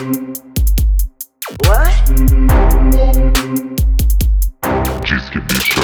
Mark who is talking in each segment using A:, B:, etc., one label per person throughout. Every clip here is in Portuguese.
A: Disque bicha.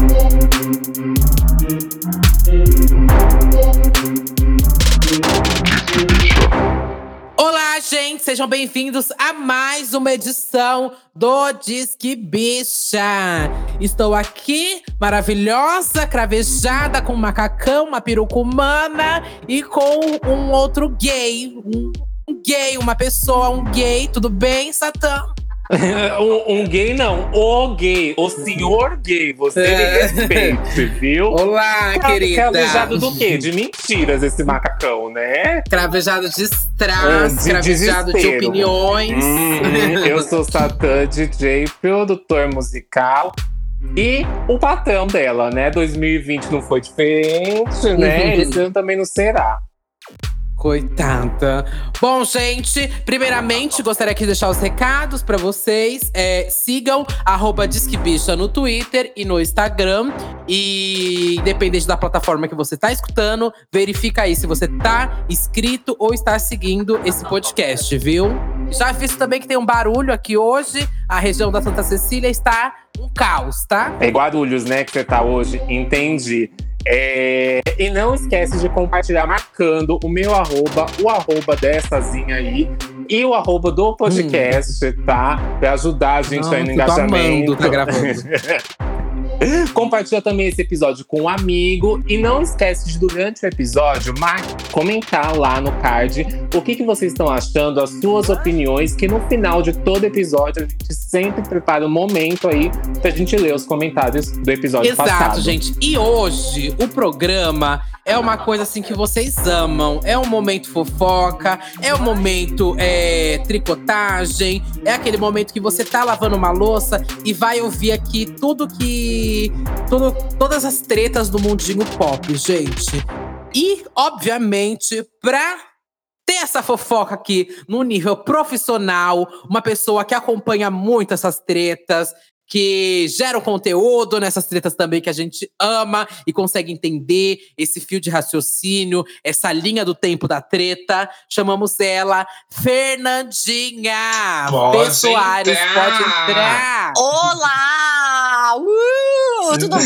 A: Disque bicha.
B: Olá, gente! Sejam bem-vindos a mais uma edição do Disque Bicha. Estou aqui, maravilhosa, cravejada, com um macacão, uma peruca humana e com um outro gay. Um gay, uma pessoa, um gay. Tudo bem, Satã?
C: Um gay não, o gay, o senhor gay, você me respeite, viu?
B: Olá, querida.
C: Cravejado do quê? De mentiras esse macacão, né?
B: Cravejado de strass, cravejado de
C: desespero.
B: opiniões.
C: Eu sou Satã, DJ, produtor musical e o patrão dela, né? 2020 não foi diferente, né? Esse ano também não será.
B: Coitada. Bom, gente, primeiramente gostaria aqui de deixar os recados pra vocês. Sigam @disquebicha no Twitter e no Instagram. E independente da plataforma que você tá escutando, verifica aí se você tá inscrito ou está seguindo esse podcast, viu? Já visto também que tem um barulho aqui hoje. A região da Santa Cecília está um caos, tá?
C: É Guarulhos, né, que você tá hoje. Entendi. E não esquece de compartilhar marcando o meu arroba, o arroba dessazinha aí e o arroba do podcast, tá? Pra ajudar a gente aí no engajamento.
B: Tá gravando.
C: Compartilha também esse episódio com um amigo. E não esquece de, durante o episódio, comentar lá no card o que vocês estão achando, as suas opiniões, que no final de todo episódio a gente sempre prepara um momento aí pra gente ler os comentários do episódio passado.
B: Exato, gente. E hoje, o programa é uma coisa assim que vocês amam. É um momento fofoca, é um momento tricotagem, é aquele momento que você tá lavando uma louça e vai ouvir aqui todas as tretas do mundinho pop, gente. E, obviamente, pra ter essa fofoca aqui no nível profissional, uma pessoa que acompanha muito essas tretas, que gera um conteúdo nessas tretas também que a gente ama e consegue entender esse fio de raciocínio, essa linha do tempo da treta. Chamamos ela Fernandinha.
D: Pode
B: Soares,
D: entrar.
B: pode entrar.
E: Olá! Tudo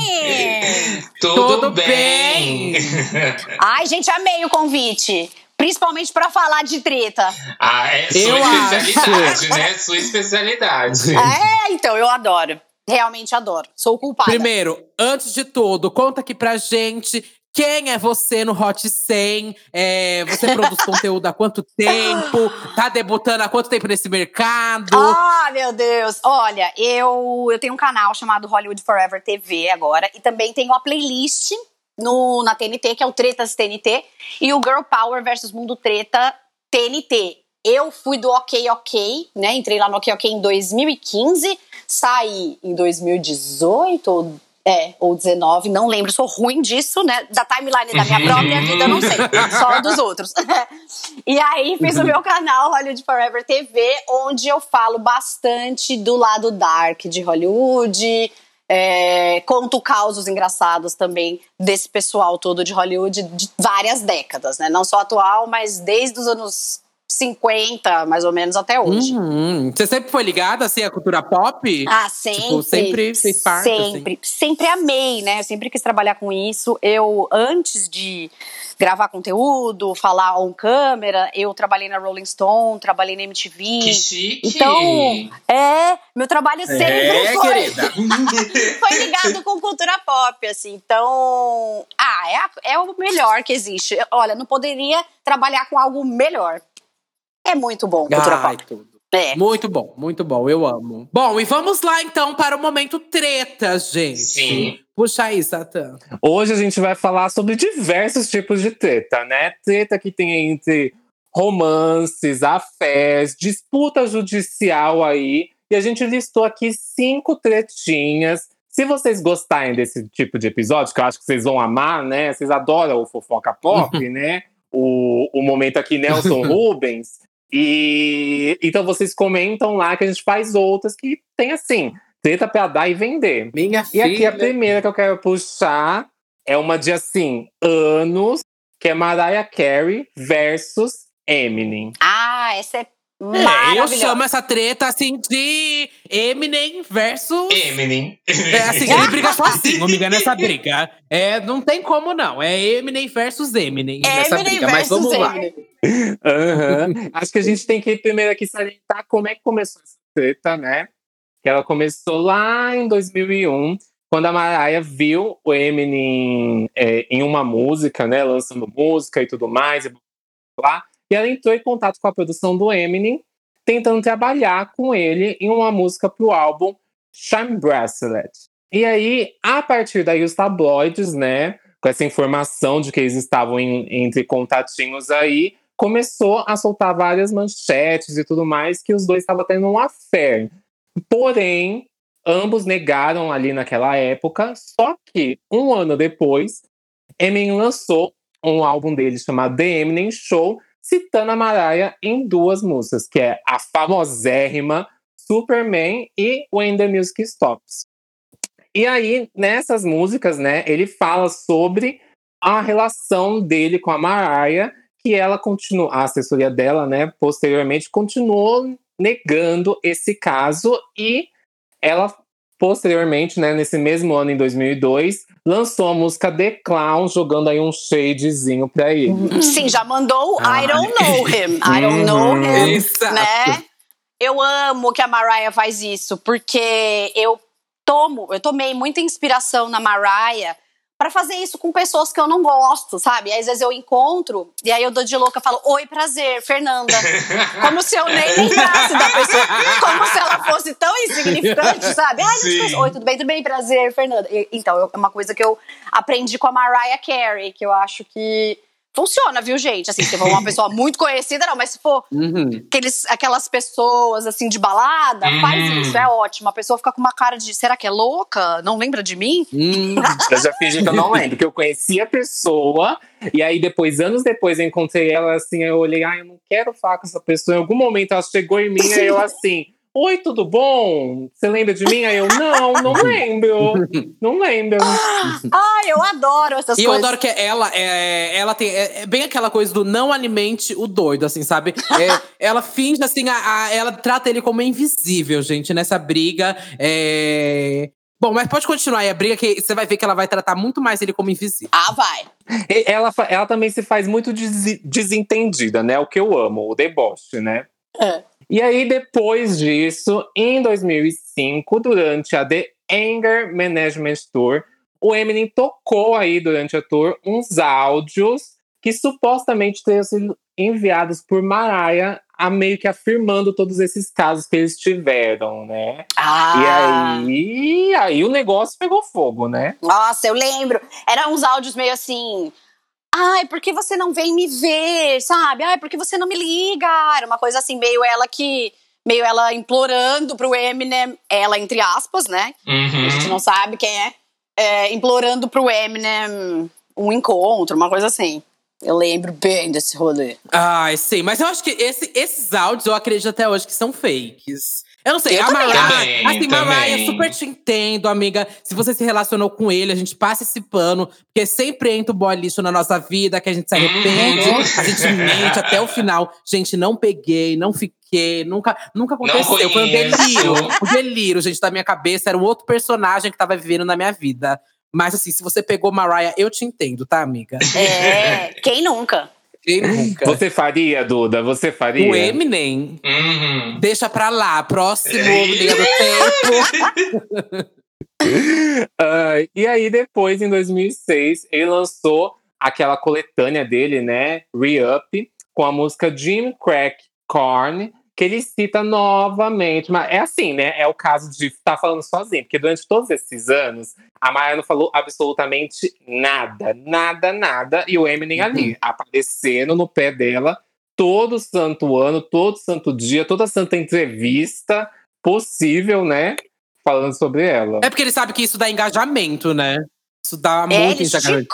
E: bem?
D: Tudo bem.
E: Ai, gente, amei o convite. Principalmente pra falar de treta.
D: É sua
B: Eu
D: especialidade, né? Sua especialidade.
E: Então, eu adoro. Realmente adoro. Sou culpada.
B: Primeiro, antes de tudo, conta aqui pra gente quem é você no Hot 100. Você produz conteúdo há quanto tempo? Tá debutando há quanto tempo nesse mercado?
E: Ah, meu Deus. Olha, eu tenho um canal chamado Hollywood Forever TV agora. E também tenho uma playlist na TNT, que é o Tretas TNT. E o Girl Power versus Mundo Treta TNT. Eu fui do Ok, né? Entrei lá no Ok em 2015. Saí em 2018 ou 19, não lembro, sou ruim disso, né? Da timeline da minha própria vida, eu não sei, só dos outros. E aí fiz o meu canal Hollywood Forever TV, onde eu falo bastante do lado dark de Hollywood, conto causos engraçados também desse pessoal todo de Hollywood de várias décadas, né? Não só atual, mas desde os anos 50, mais ou menos, até hoje.
B: Você sempre foi ligada, assim, à cultura pop?
E: Ah, sempre.
B: Tipo, sempre fez parte,
E: Sempre. Sempre amei, né? Eu sempre quis trabalhar com isso. Eu, antes de gravar conteúdo, falar on câmera, eu trabalhei na Rolling Stone, trabalhei na MTV.
D: Que chique!
E: Então, meu trabalho sempre
B: querida.
E: foi ligado com cultura pop, assim. Então, é o melhor que existe. Olha, não poderia trabalhar com algo melhor. É muito bom, cultura pop.
B: Tudo. Muito bom, eu amo. Bom, e vamos lá então para o momento treta, gente.
D: Sim.
B: Puxa aí, Satã.
C: Hoje a gente vai falar sobre diversos tipos de treta, né? Treta que tem entre romances, affairs, disputa judicial aí. E a gente listou aqui 5 tretinhas. Se vocês gostarem desse tipo de episódio, que eu acho que vocês vão amar, né? Vocês adoram o fofoca pop, né? O momento aqui, Nelson Rubens. E então vocês comentam lá que a gente faz outras que tem assim, treta pra dar e vender.
B: Minha
C: E
B: filha.
C: aqui a primeira que eu quero puxar é uma de assim, anos, que é Mariah Carey versus Eminem.
E: Ah, essa é
B: Eu
E: Maravilhosa.
B: chamo essa treta, assim, de Eminem versus…
D: Eminem.
B: assim, ele briga sozinho, amiga, nessa briga. Não tem como não. É Eminem versus Eminem nessa
E: Eminem
B: briga. Mas
E: versus
B: vamos lá.
E: Eminem.
C: Aham. Acho que a gente tem que primeiro aqui salientar como é que começou essa treta, né? Que ela começou lá em 2001, quando a Mariah viu o Eminem em uma música, né? Lançando música e tudo mais, e blá, blá. E ela entrou em contato com a produção do Eminem, tentando trabalhar com ele em uma música pro álbum Charm Bracelet. E aí, a partir daí, os tabloides, né? Com essa informação de que eles estavam entre contatinhos aí, começou a soltar várias manchetes e tudo mais, que os dois estavam tendo um affair. Porém, ambos negaram ali naquela época, só que um ano depois, Eminem lançou um álbum dele chamado The Eminem Show, citando a Mariah em duas músicas, que é a famosérrima Superman e When the Music Stops. E aí, nessas músicas, né, ele fala sobre a relação dele com a Mariah, que ela continua, a assessoria dela, né, posteriormente continuou negando esse caso, e ela posteriormente, né, nesse mesmo ano, em 2002, lançou a música The Clown, jogando aí um shadezinho pra ele.
E: Sim, já mandou I Don't Know Him. I Don't Know Him,
B: Exato.
E: né? Eu amo que a Mariah faz isso, porque eu tomei muita inspiração na Mariah pra fazer isso com pessoas que eu não gosto, sabe? Aí, às vezes eu encontro, e aí eu dou de louca e falo, oi, prazer, Fernanda. Como se eu nem lembrasse da pessoa. Como se ela fosse tão insignificante, sabe? Ai,
D: Sim.
E: oi, tudo bem, prazer, Fernanda. Então, é uma coisa que eu aprendi com a Mariah Carey, que eu acho que funciona, viu, gente? Assim, se for uma pessoa muito conhecida, não. Mas se for aquelas pessoas, assim, de balada, faz isso, é ótimo. A pessoa fica com uma cara de, será que é louca? Não lembra de mim?
C: Eu já fingi que eu não lembro, que eu conheci a pessoa, e aí depois, anos depois, eu encontrei ela assim, eu olhei, eu não quero falar com essa pessoa. Em algum momento ela chegou em mim, aí eu assim, oi, tudo bom? Você lembra de mim? Aí eu, não lembro. Não lembro.
E: Ai, eu adoro essas
B: E
E: coisas.
B: eu adoro que ela tem bem aquela coisa do não alimente o doido, assim, sabe? Ela finge, assim, ela trata ele como invisível, gente, nessa briga. Bom, mas pode continuar aí a briga, que você vai ver que ela vai tratar muito mais ele como invisível.
E: Ah, vai.
C: E ela também se faz muito desentendida, né? O que eu amo, o deboche, né? E aí, depois disso, em 2005, durante a The Anger Management Tour, o Eminem tocou aí durante a tour uns áudios que supostamente teriam sido enviados por Mariah, meio que afirmando todos esses casos que eles tiveram, né? E aí o negócio pegou fogo, né?
E: Nossa, eu lembro. Eram uns áudios meio assim… Ai, por que você não vem me ver, sabe? Ai, por que você não me liga? Era uma coisa assim, meio ela implorando pro Eminem, ela entre aspas, né? A gente não sabe quem é. Implorando pro Eminem um encontro, uma coisa assim. Eu lembro bem desse rolê.
B: Ai, sim. Mas eu acho que esses áudios, eu acredito até hoje que são fakes. Eu não sei,
E: Eu
B: a
E: também
B: Mariah, assim,
D: também.
B: Mariah, super te entendo, amiga. Se você se relacionou com ele, a gente passa esse pano. Porque sempre entra o boy lixo na nossa vida, que a gente se arrepende, a gente mente até o final. Gente, não peguei, não fiquei, nunca aconteceu. Foi um delírio, gente, da minha cabeça. Era um outro personagem que tava vivendo na minha vida. Mas assim, se você pegou Mariah, eu te entendo, tá, amiga?
E: Quem nunca?
B: Quem nunca?
C: Você faria, Duda? Você faria?
B: O Eminem, deixa pra lá. Próximo Liga do Tempo.
C: E aí, depois, em 2006, ele lançou aquela coletânea dele, né? Re-Up, com a música Jim Crack Corn, que ele cita novamente. Mas é assim, né? É o caso de estar falando sozinho. Porque durante todos esses anos, a Mariah não falou absolutamente nada. E o Eminem ali, aparecendo no pé dela todo santo ano, todo santo dia, toda santa entrevista possível, né? Falando sobre ela.
B: É porque ele sabe que isso dá engajamento, né? Isso dá muito
E: Ele
B: engajamento.
E: esticou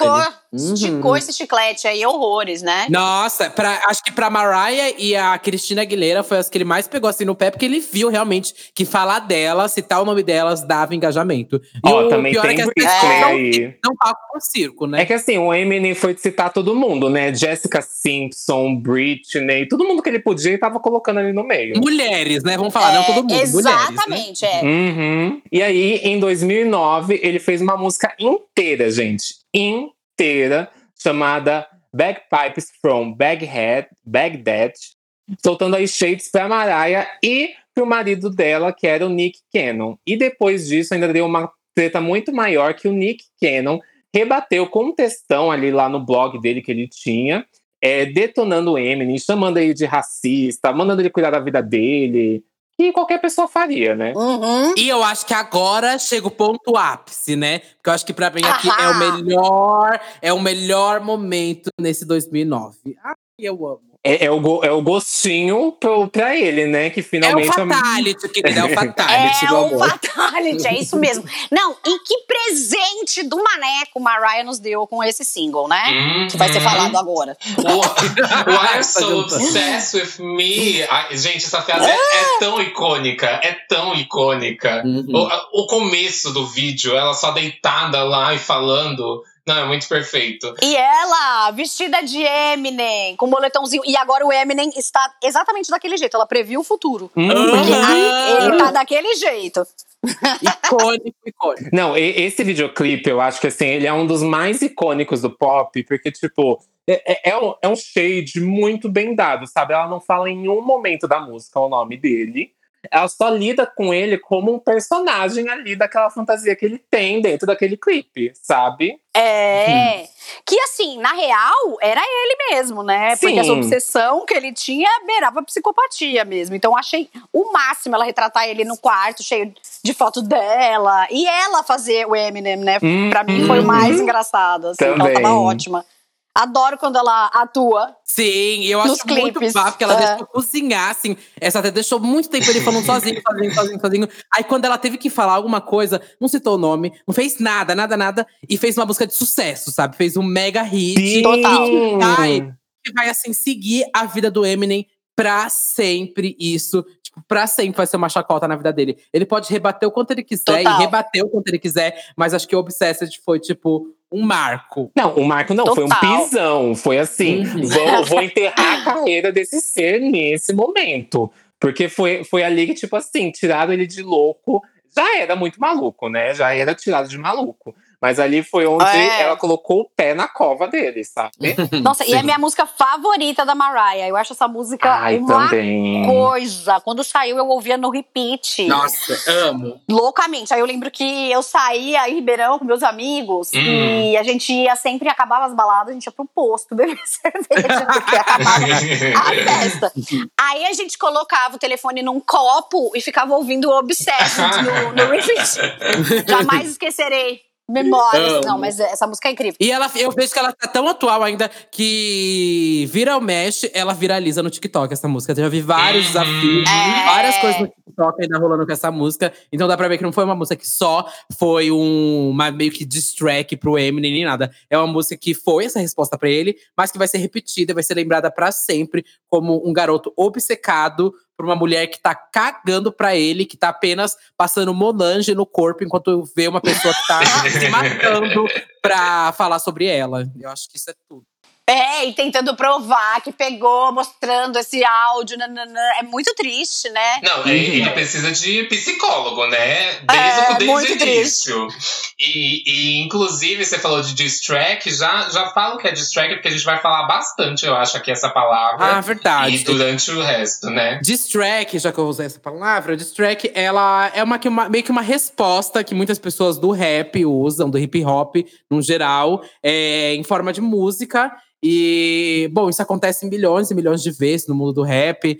E: esticou esse chiclete aí horrores, né?
B: Nossa, acho que pra Mariah e a Cristina Aguilera foi as que ele mais pegou assim no pé, porque ele viu realmente que falar dela, citar o nome delas, dava engajamento. E
C: Ó,
B: o
C: também
B: pior é
C: tem
B: que as
C: Britney
B: pessoas
C: aí.
B: não pagam com circo, né?
C: É que assim, o Eminem foi citar todo mundo, né? Jessica Simpson, Britney, todo mundo que ele podia e tava colocando ali no meio.
B: Mulheres, né? Vamos falar, não todo mundo,
E: Exatamente,
B: mulheres, né?
C: Uhum. E aí, em 2009, ele fez uma música inteira, gente. Inteira, chamada Bagpipes from Baghdad, soltando aí shades pra Mariah e pro marido dela, que era o Nick Cannon. E depois disso, ainda deu uma treta muito maior que o Nick Cannon rebateu com um textão ali lá no blog dele que ele tinha, detonando o Eminem, chamando ele de racista, mandando ele cuidar da vida dele, que qualquer pessoa faria, né?
E: Uhum.
B: E eu acho que agora chega o ponto ápice, né? Porque eu acho que pra mim aqui
E: Ahá.
B: é o melhor momento nesse 2009. Ai, eu amo.
C: É o gostinho pra ele, né? Que
B: É o
C: finalmente…
B: fatality, querida, é o fatality, meu
E: É o
B: amor.
E: fatality, é isso mesmo. Não, e que presente do maneco Mariah nos deu com esse single, né? Que vai ser falado agora.
D: Why are so
B: jantando.
D: obsessed with me? Ai, gente, essa frase é tão icônica. É tão icônica.
B: Uhum.
D: O começo do vídeo, ela só deitada lá e falando. Não, é muito perfeito.
E: E ela, vestida de Eminem, com moletomzinho. E agora o Eminem está exatamente daquele jeito. Ela previu o futuro. Porque ele tá daquele jeito.
B: Icônico.
C: Não, esse videoclipe, eu acho que assim, ele é um dos mais icônicos do pop, porque, tipo, é um shade muito bem dado, sabe? Ela não fala em nenhum momento da música o nome dele. Ela só lida com ele como um personagem ali daquela fantasia que ele tem dentro daquele clipe, sabe?
E: Que assim, na real, era ele mesmo, né?
C: Sim.
E: Porque essa obsessão que ele tinha beirava psicopatia mesmo. Então achei o máximo ela retratar ele no quarto, cheio de foto dela. E ela fazer o Eminem, né? Pra mim foi o mais engraçado, assim. Então ela tava
C: Também.
E: ótima. Adoro quando ela atua.
B: Sim, eu
E: Nos
B: acho muito
E: clipes.
B: bafo que ela deixou cozinhar, assim. Essa até deixou muito tempo ele falando sozinho. Aí quando ela teve que falar alguma coisa, não citou o nome, não fez nada. E fez uma música de sucesso, sabe? Fez um mega hit.
C: Sim.
E: Total.
B: Que vai, assim, seguir a vida do Eminem pra sempre isso. Tipo, pra sempre vai ser uma chacota na vida dele. Ele pode rebater o quanto ele quiser
E: Total.
B: e rebater o quanto ele quiser. Mas acho que o Obsessed foi, tipo, um marco.
C: Não, o marco não, foi um
E: Total.
C: pisão. Foi assim, vou enterrar a carreira desse ser nesse momento. Porque foi ali que, tipo assim, tiraram ele de louco. Já era muito maluco, né? Já era tirado de maluco. Mas ali foi onde ela colocou o pé na cova dele, sabe?
E: Nossa, e é a minha música favorita da Mariah. Eu acho essa música uma coisa. Quando saiu, eu ouvia no repeat.
B: Nossa, amo.
E: Loucamente. Aí eu lembro que eu saía em Ribeirão com meus amigos e a gente ia sempre, acabava as baladas, a gente ia pro posto beber cerveja, porque acabava a festa. Aí a gente colocava o telefone num copo e ficava ouvindo o Obsessed no repeat. Jamais esquecerei. Memórias. Não, mas essa música é incrível.
B: E eu vejo que ela tá tão atual ainda que vira ou mexe, ela viraliza no TikTok, essa música. Eu já vi vários desafios, várias coisas no TikTok ainda rolando com essa música. Então dá pra ver que não foi uma música que só foi uma meio que diss track pro Eminem, nem nada. É uma música que foi essa resposta pra ele, mas que vai ser repetida, vai ser lembrada pra sempre como um garoto obcecado por uma mulher que tá cagando pra ele, que tá apenas passando Monange no corpo enquanto vê uma pessoa que tá se matando pra falar sobre ela. Eu acho que isso é tudo.
E: E tentando provar que pegou, mostrando esse áudio. É muito triste, né?
D: Não, ele precisa de psicólogo, né? Desde o início. E inclusive, você falou de diss track, já falo que é diss track, porque a gente vai falar bastante, eu acho, aqui essa palavra.
B: Ah, verdade.
D: E durante o resto, né?
B: Diss track, já que eu usei essa palavra, diss track, ela é meio que uma resposta que muitas pessoas do rap usam, do hip hop, no geral, em forma de música. E, bom, isso acontece milhões e milhões de vezes no mundo do rap.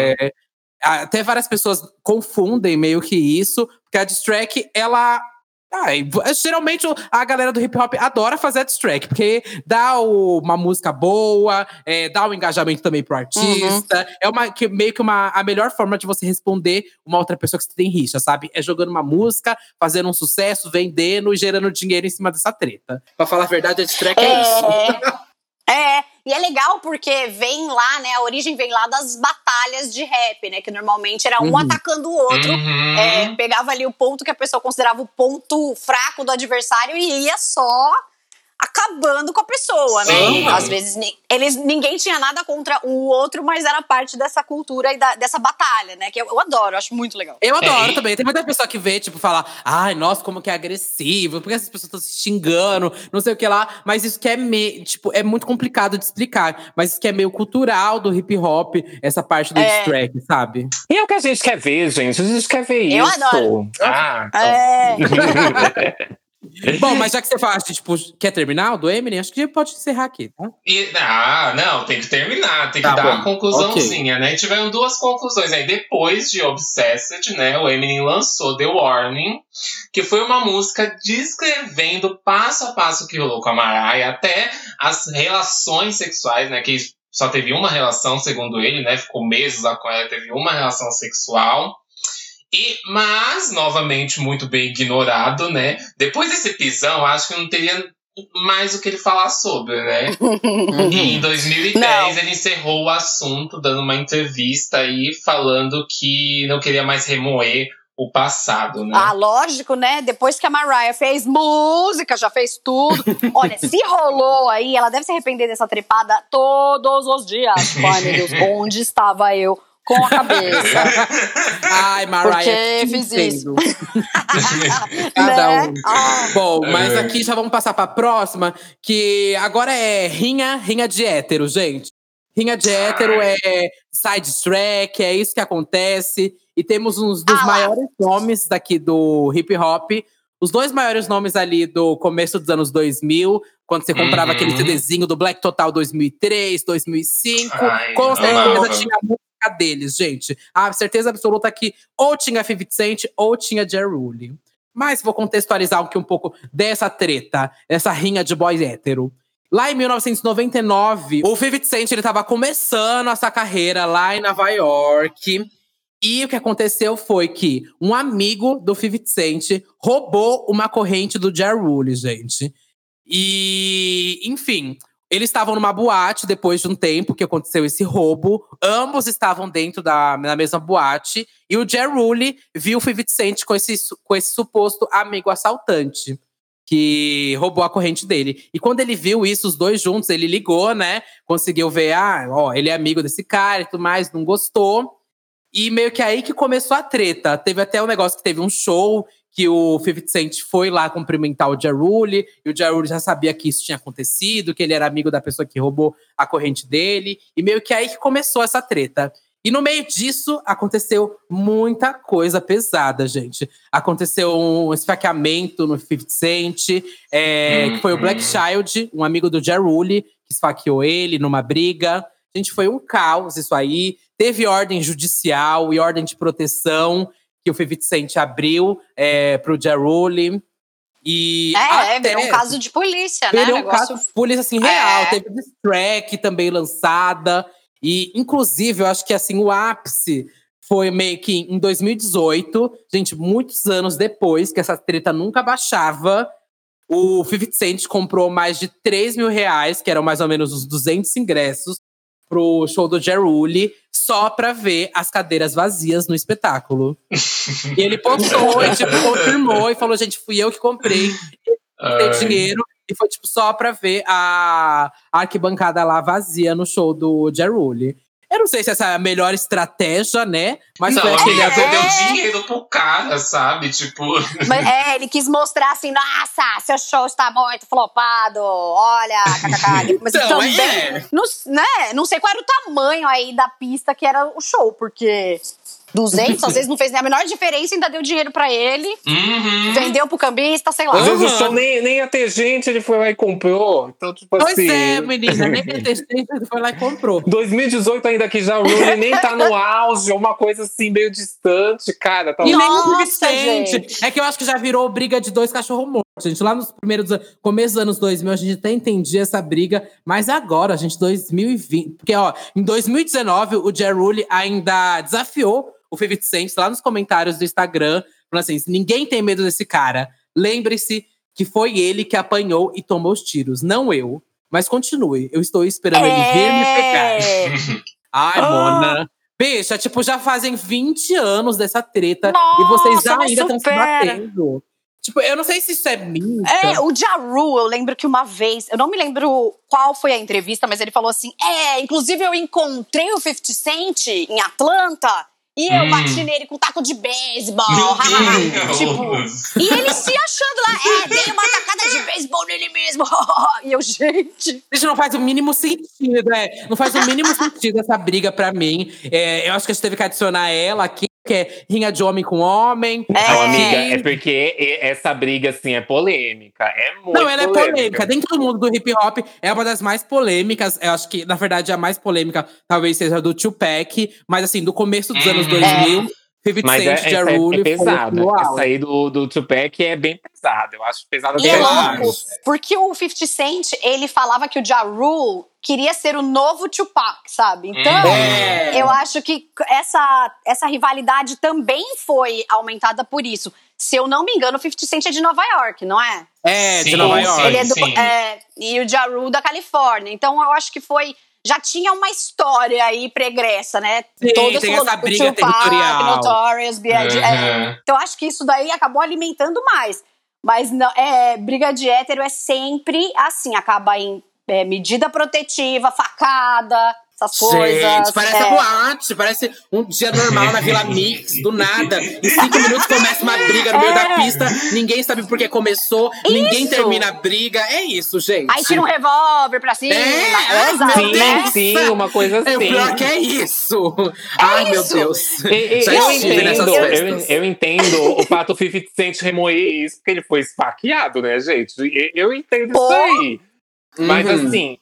B: Até várias pessoas confundem meio que isso, porque a diss track, ela Geralmente a galera do hip hop adora fazer diss track, porque dá uma música boa, dá um engajamento também pro artista. É meio que a melhor forma de você responder uma outra pessoa que você tem rixa, sabe? É jogando uma música, fazendo um sucesso, vendendo e gerando dinheiro em cima dessa treta. Pra falar a verdade, a diss track é isso.
E: E é legal porque vem lá, né? A origem vem lá das batalhas de rap, né? Que normalmente era um atacando o outro. Pegava ali o ponto que a pessoa considerava o ponto fraco do adversário e ia só acabando com a pessoa, né? Às vezes ninguém tinha nada contra o outro, mas era parte dessa cultura e dessa batalha, né? Que eu adoro, eu acho muito legal.
B: Eu adoro também. Tem muita pessoa que vê, tipo, fala: ai, nossa, como que é agressivo, por que essas pessoas estão se xingando, não sei o que lá. Mas isso que é muito complicado de explicar. Mas isso que é meio cultural do hip hop, essa parte do diss track, sabe?
C: E é o que a gente quer ver, gente. A gente quer ver isso.
E: Eu adoro.
B: Bom, mas já que você fala, tipo, quer terminar o do Eminem? Acho que já pode encerrar aqui, tá?
D: Não, tem que terminar, tem que dar uma conclusãozinha, né? E tiveram duas conclusões aí. Depois de Obsessed, né, o Eminem lançou The Warning, que foi uma música descrevendo passo a passo o que rolou com a Mariah, até as relações sexuais, né, que só teve uma relação, segundo ele, né, ficou meses lá com ela, teve uma relação sexual. Mas, novamente, muito bem ignorado, né? Depois desse pisão, acho que não teria mais o que ele falar sobre, né? E em 2010, ele encerrou o assunto, dando uma entrevista aí, falando que não queria mais remoer o passado, né?
E: Lógico, né? Depois que a Mariah fez música, já fez tudo. Olha, se rolou aí, ela deve se arrepender dessa trepada todos os dias. Ai, meu Deus, onde estava eu? Com a cabeça.
B: Ai, Mariah,
E: porque fiz isso.
B: Cada um. Bom, mas aqui já vamos passar pra próxima, que agora é rinha de hétero, gente. Rinha de hétero é side track, é isso que acontece. E temos uns dos maiores nomes daqui do hip hop. Os dois maiores nomes ali do começo dos anos 2000, quando você comprava aquele CDzinho do Black Total 2003, 2005. Com certeza tinha música deles, gente. A certeza absoluta que ou tinha 50 Cent ou tinha Ja Rule. Mas vou contextualizar aqui um pouco dessa treta, essa rinha de boys hétero. Lá em 1999, o 50 Cent ele tava começando essa carreira lá em Nova York. E o que aconteceu foi que um amigo do 50 Cent roubou uma corrente do Ja Rule, gente. E, enfim, eles estavam numa boate depois de um tempo que aconteceu esse roubo. Ambos estavam dentro na mesma boate. E o Ja Rule viu o 50 Cent com esse suposto amigo assaltante, que roubou a corrente dele. E quando ele viu isso, os dois juntos, ele ligou, né? Conseguiu ver, ele é amigo desse cara e tudo mais, não gostou. E meio que aí que começou a treta. Teve até um negócio que teve um show que o 50 Cent foi lá cumprimentar o Ja Rule. E o Ja Rule já sabia que isso tinha acontecido, que ele era amigo da pessoa que roubou a corrente dele. E meio que aí que começou essa treta. E no meio disso, aconteceu muita coisa pesada, gente. Aconteceu um esfaqueamento no 50 Cent, que foi o Black Child, um amigo do Ja Rule, que esfaqueou ele numa briga. Gente, foi um caos isso aí. Teve ordem judicial e ordem de proteção que o 50 Cent abriu pro Ja Rule. E
E: virou um caso de polícia, né?
B: Virou um caso de polícia, assim, real. Teve diss track também lançada. E, inclusive, eu acho que, assim, o ápice foi meio que em 2018. Gente, muitos anos depois, que essa treta nunca baixava. O 50 Cent comprou mais de 3 mil reais, que eram mais ou menos uns 200 ingressos, pro show do Ja Rule, só pra ver as cadeiras vazias no espetáculo. E ele postou, e, tipo, confirmou e falou: gente, fui eu que comprei, dei dinheiro. E foi, tipo, só pra ver a arquibancada lá vazia no show do Ja Rule. Eu não sei se essa é a melhor estratégia, né? Mas
D: não, amiga, você deu dinheiro pro cara, sabe? Tipo…
E: Mas, ele quis mostrar assim, nossa, seu show está muito flopado. Olha, kkk. Mas
B: então,
E: também, não sei qual era o tamanho aí da pista que era o show, porque… 200, às vezes não fez nem a menor diferença, ainda deu dinheiro pra ele. Vendeu pro cambista, sei lá.
C: Às vezes o show nem ia ter gente, ele foi lá e comprou. Então, tipo
B: Pois
C: assim…
B: é, menina, nem ia ter gente, ele foi lá e comprou.
C: 2018 ainda que Ja Rule nem tá no auge, uma coisa assim meio distante, cara. Tá…
B: E nem o
E: Nossa,
B: suficiente. É que eu acho que já virou briga de dois cachorros mortos, gente. Lá nos primeiros começo dos anos 2000, a gente até entendia essa briga. Mas agora, gente, 2020… Porque, ó, em 2019, o Ja Rule ainda desafiou o 50 Cent lá nos comentários do Instagram. Falando assim, ninguém tem medo desse cara. Lembre-se que foi ele que apanhou e tomou os tiros, não eu. Mas continue, eu estou esperando ele vir me pegar. Ai, Mona… Bicha, tipo, já fazem 20 anos dessa treta.
E: Nossa,
B: e vocês ainda
E: mas
B: estão se
E: supera.
B: batendo. Tipo, eu não sei se isso é mito.
E: O Ja Rule, eu lembro que uma vez… Eu não me lembro qual foi a entrevista, mas ele falou assim… inclusive eu encontrei o 50 Cent em Atlanta… E eu bati nele com taco de beisebol. Tipo, e ele se achando lá, dei uma tacada de beisebol nele mesmo. E eu, gente…
B: Isso não faz o mínimo sentido, Não faz o mínimo sentido essa briga pra mim. Eu acho que a gente teve que adicionar ela aqui, que é rinha de homem com homem.
C: Não, amiga, é porque essa briga, assim, é polêmica. É muito polêmica.
B: Não, ela é polêmica. Dentro do mundo do hip hop, é uma das mais polêmicas. Eu acho que, na verdade, a mais polêmica talvez seja a do Tupac. Mas, assim, do começo dos anos 2000… 50 Cent, Ja Rule,
C: é pesada. Essa aí do Tupac é bem pesada. Eu acho pesada
E: E é
C: demais.
E: louco, porque o 50 Cent, ele falava que o Ja Rule queria ser o novo Tupac, sabe? Então, eu acho que essa rivalidade também foi aumentada por isso. Se eu não me engano, o 50 Cent é de Nova York, não é?
B: De Nova York.
E: Ele é e o Ja Rule da Califórnia. Então, eu acho que foi… Já tinha uma história aí pregressa, né?
B: Sim, tem essa briga territorial.
E: Notorious, B.I.G. Então, acho que isso daí acabou alimentando mais. Mas não, briga de hétero é sempre assim. Acaba em medida protetiva, facada… Essas coisas.
B: Gente, parece a boate, parece um dia normal na Vila Mix, do nada. Em 5 minutos começa uma briga no meio da pista, ninguém sabe por que começou, ninguém termina a briga. É isso, gente.
E: Aí tira um revólver pra cima.
B: Exato,
C: sim, uma coisa assim.
B: O pior que é isso. Ai, meu Deus.
C: Eu entendo o fato 50 Cent remoer isso, porque ele foi esfaqueado, né, gente? Eu entendo isso aí. Mas assim,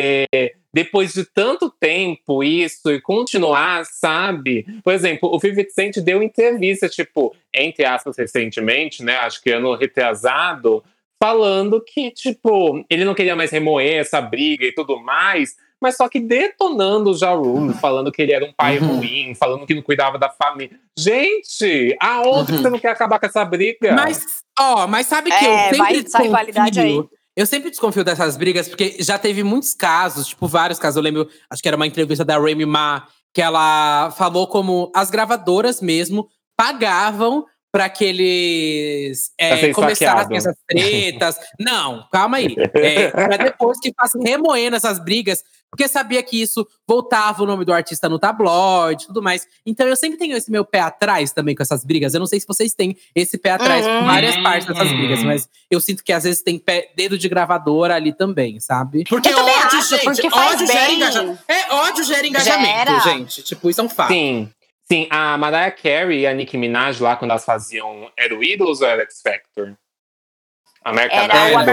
C: depois de tanto tempo isso e continuar, sabe? Por exemplo, o 50 Cent deu entrevista, tipo, entre aspas, recentemente, né? Acho que ano retrasado, falando que, tipo, ele não queria mais remoer essa briga e tudo mais, mas só que detonando o Ja Rule, falando que ele era um pai ruim, falando que não cuidava da família. Gente, aonde você não quer acabar com essa briga?
B: Mas sabe que eu sempre
E: desconfio.
B: Eu sempre desconfio dessas brigas, porque já teve muitos casos, tipo, vários casos. Eu lembro, acho que era uma entrevista da Remy Ma, que ela falou como as gravadoras mesmo pagavam pra que eles começassem essas tretas. Não, calma aí. Pra depois que fossem remoendo essas brigas, porque sabia que isso voltava o nome do artista no tabloide e tudo mais. Então eu sempre tenho esse meu pé atrás também com essas brigas. Eu não sei se vocês têm esse pé atrás com várias partes dessas brigas, mas eu sinto que às vezes tem dedo de gravadora ali também, sabe? Porque
E: eu também
B: ódio,
E: acho,
B: gente,
E: porque
B: ódio
E: faz
B: gera
E: bem.
B: engajamento. Ódio gera engajamento, gente. Tipo, isso é um fato.
C: Sim, a Mariah Carey e a Nicki Minaj lá, quando elas faziam… Era o Idols ou era X Factor?
E: American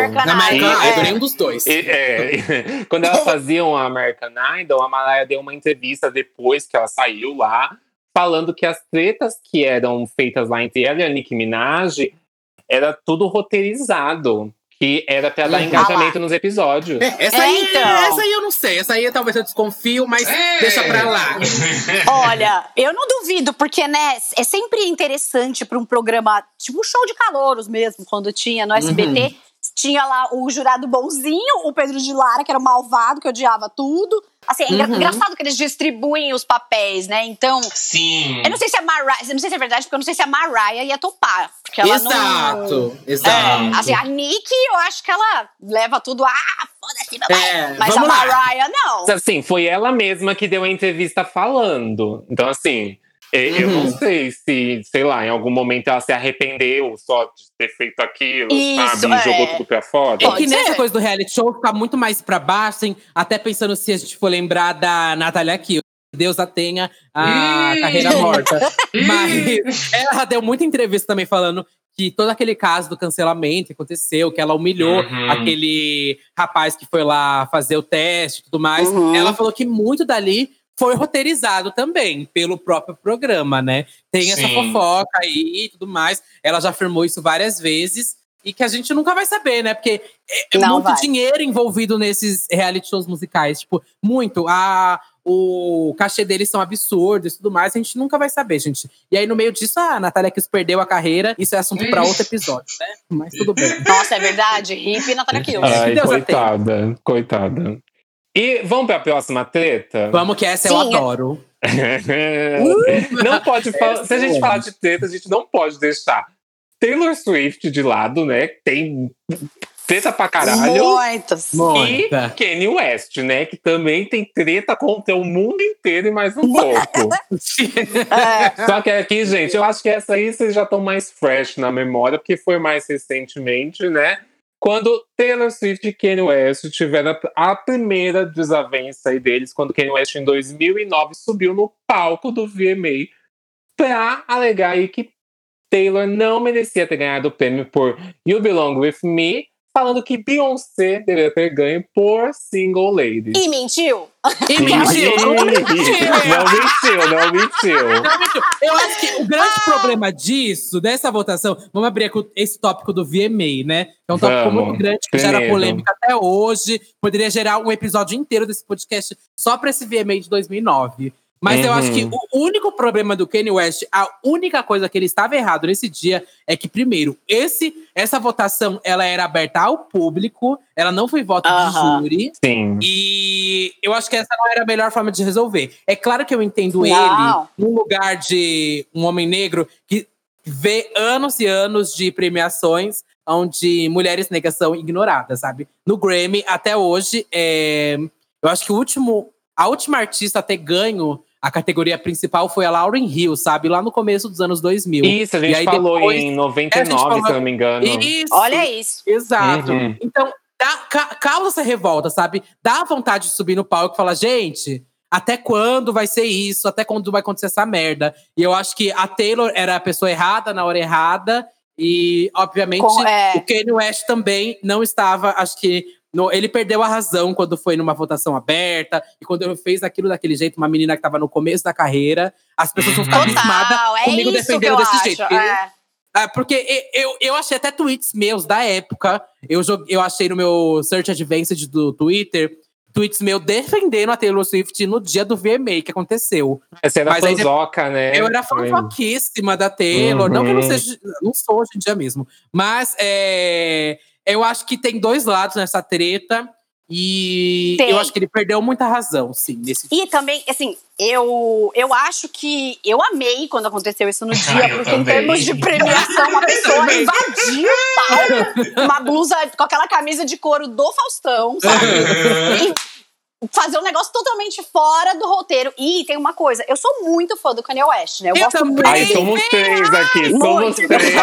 E: Idol,
B: nenhum dos dois.
C: Quando elas faziam a American Idol, a Mariah deu uma entrevista depois que ela saiu lá, falando que as tretas que eram feitas lá entre ela e a Nicki Minaj era tudo roteirizado. Que era pra dar engajamento nos episódios.
B: Essa aí eu não sei. Essa aí talvez eu desconfio, mas deixa pra lá.
E: Olha, eu não duvido, porque, né, é sempre interessante pra um programa, tipo um show de calouros mesmo, quando tinha no SBT. Tinha lá o jurado bonzinho, o Pedro de Lara, que era o malvado, que odiava tudo. Assim, é engraçado que eles distribuem os papéis, né? Então…
D: Sim.
E: Eu não sei se é verdade, porque eu não sei se a Mariah ia topar. Porque ela
B: Exato.
E: Assim, a Nicki, eu acho que ela leva tudo… foda-se, mamãe. Mas a Mariah, não.
C: Assim, foi ela mesma que deu a entrevista falando. Então, assim… Eu não sei se, sei lá, em algum momento ela se arrependeu só de ter feito aquilo, sabe? E jogou tudo pra fora.
B: É que nessa coisa do reality show fica muito mais pra baixo, assim, até pensando se a gente for lembrar da Natália Kiel. Deus a tenha a carreira morta. Mas ela deu muita entrevista também falando que todo aquele caso do cancelamento que aconteceu, que ela humilhou aquele rapaz que foi lá fazer o teste e tudo mais. Ela falou que muito dali foi roteirizado também pelo próprio programa, né? Tem essa fofoca aí e tudo mais. Ela já afirmou isso várias vezes. E que a gente nunca vai saber, né? Porque é muito dinheiro envolvido nesses reality shows musicais. Tipo, muito. O cachê deles são absurdos e tudo mais. A gente nunca vai saber, gente. E aí, no meio disso, a Natália Kills perdeu a carreira. Isso é assunto pra outro episódio, né? Mas tudo bem.
E: Nossa, é verdade. Hip Natália Kills.
C: Ai, coitada. E vamos pra próxima treta?
B: Vamos, que essa eu adoro.
C: Não pode falar. Se a gente falar de treta, a gente não pode deixar Taylor Swift de lado, né? Tem treta pra caralho.
E: Muitas.
C: E Kanye West, né? Que também tem treta contra o mundo inteiro e mais um pouco. Só que aqui, gente, eu acho que essa aí vocês já estão mais fresh na memória, porque foi mais recentemente, né? Quando Taylor Swift e Kanye West tiveram a primeira desavença aí deles, quando Kanye West, em 2009, subiu no palco do VMA pra alegar aí que Taylor não merecia ter ganhado o prêmio por You Belong With Me, falando que Beyoncé deveria ter ganho por Single Lady.
E: E mentiu?
C: Não mentiu.
B: Eu acho que o grande problema dessa votação… Vamos abrir aqui esse tópico do VMA, né? É um tópico muito grande, que gera polêmica até hoje. Poderia gerar um episódio inteiro desse podcast só pra esse VMA de 2009. Mas eu acho que o único problema do Kanye West, a única coisa que ele estava errado nesse dia é que, primeiro, essa votação ela era aberta ao público, ela não foi voto de júri.
C: Sim.
B: E eu acho que essa não era a melhor forma de resolver. É claro que eu entendo ele no lugar de um homem negro que vê anos e anos de premiações onde mulheres negras são ignoradas, sabe? No Grammy, até hoje, eu acho que a última artista a ter ganho a categoria principal foi a Lauryn Hill, sabe? Lá no começo dos anos 2000.
C: Isso, a gente falou depois, em 99, se eu não me engano.
B: Isso,
E: olha isso.
B: Exato. Então, causa essa revolta, sabe? Dá vontade de subir no palco e falar, gente, até quando vai ser isso? Até quando vai acontecer essa merda? E eu acho que a Taylor era a pessoa errada, na hora errada. E, obviamente, o Kanye West também não estava, acho que… ele perdeu a razão quando foi numa votação aberta. E quando ele fez aquilo daquele jeito, uma menina que estava no começo da carreira, as pessoas vão ficar abismadas comigo defendendo desse jeito. Porque eu achei até tweets meus da época. Eu achei no meu Search Advanced do Twitter, tweets meus defendendo a Taylor Swift no dia do VMA que aconteceu.
C: Você era fanzoca, né?
B: Eu era fanzoquíssima da Taylor. Não que eu não sou hoje em dia mesmo. Mas eu acho que tem dois lados nessa treta. E eu acho que ele perdeu muita razão, sim, nesse
E: E também, assim, eu acho que… Eu amei quando aconteceu isso no dia. Porque em termos de premiação, a pessoa invadiu o palco. Uma blusa com aquela camisa de couro do Faustão, sabe? E fazer um negócio totalmente fora do roteiro. E tem uma coisa, eu sou muito fã do Kanye West, né? Eu gosto muito.
C: Ai, somos três aqui, somos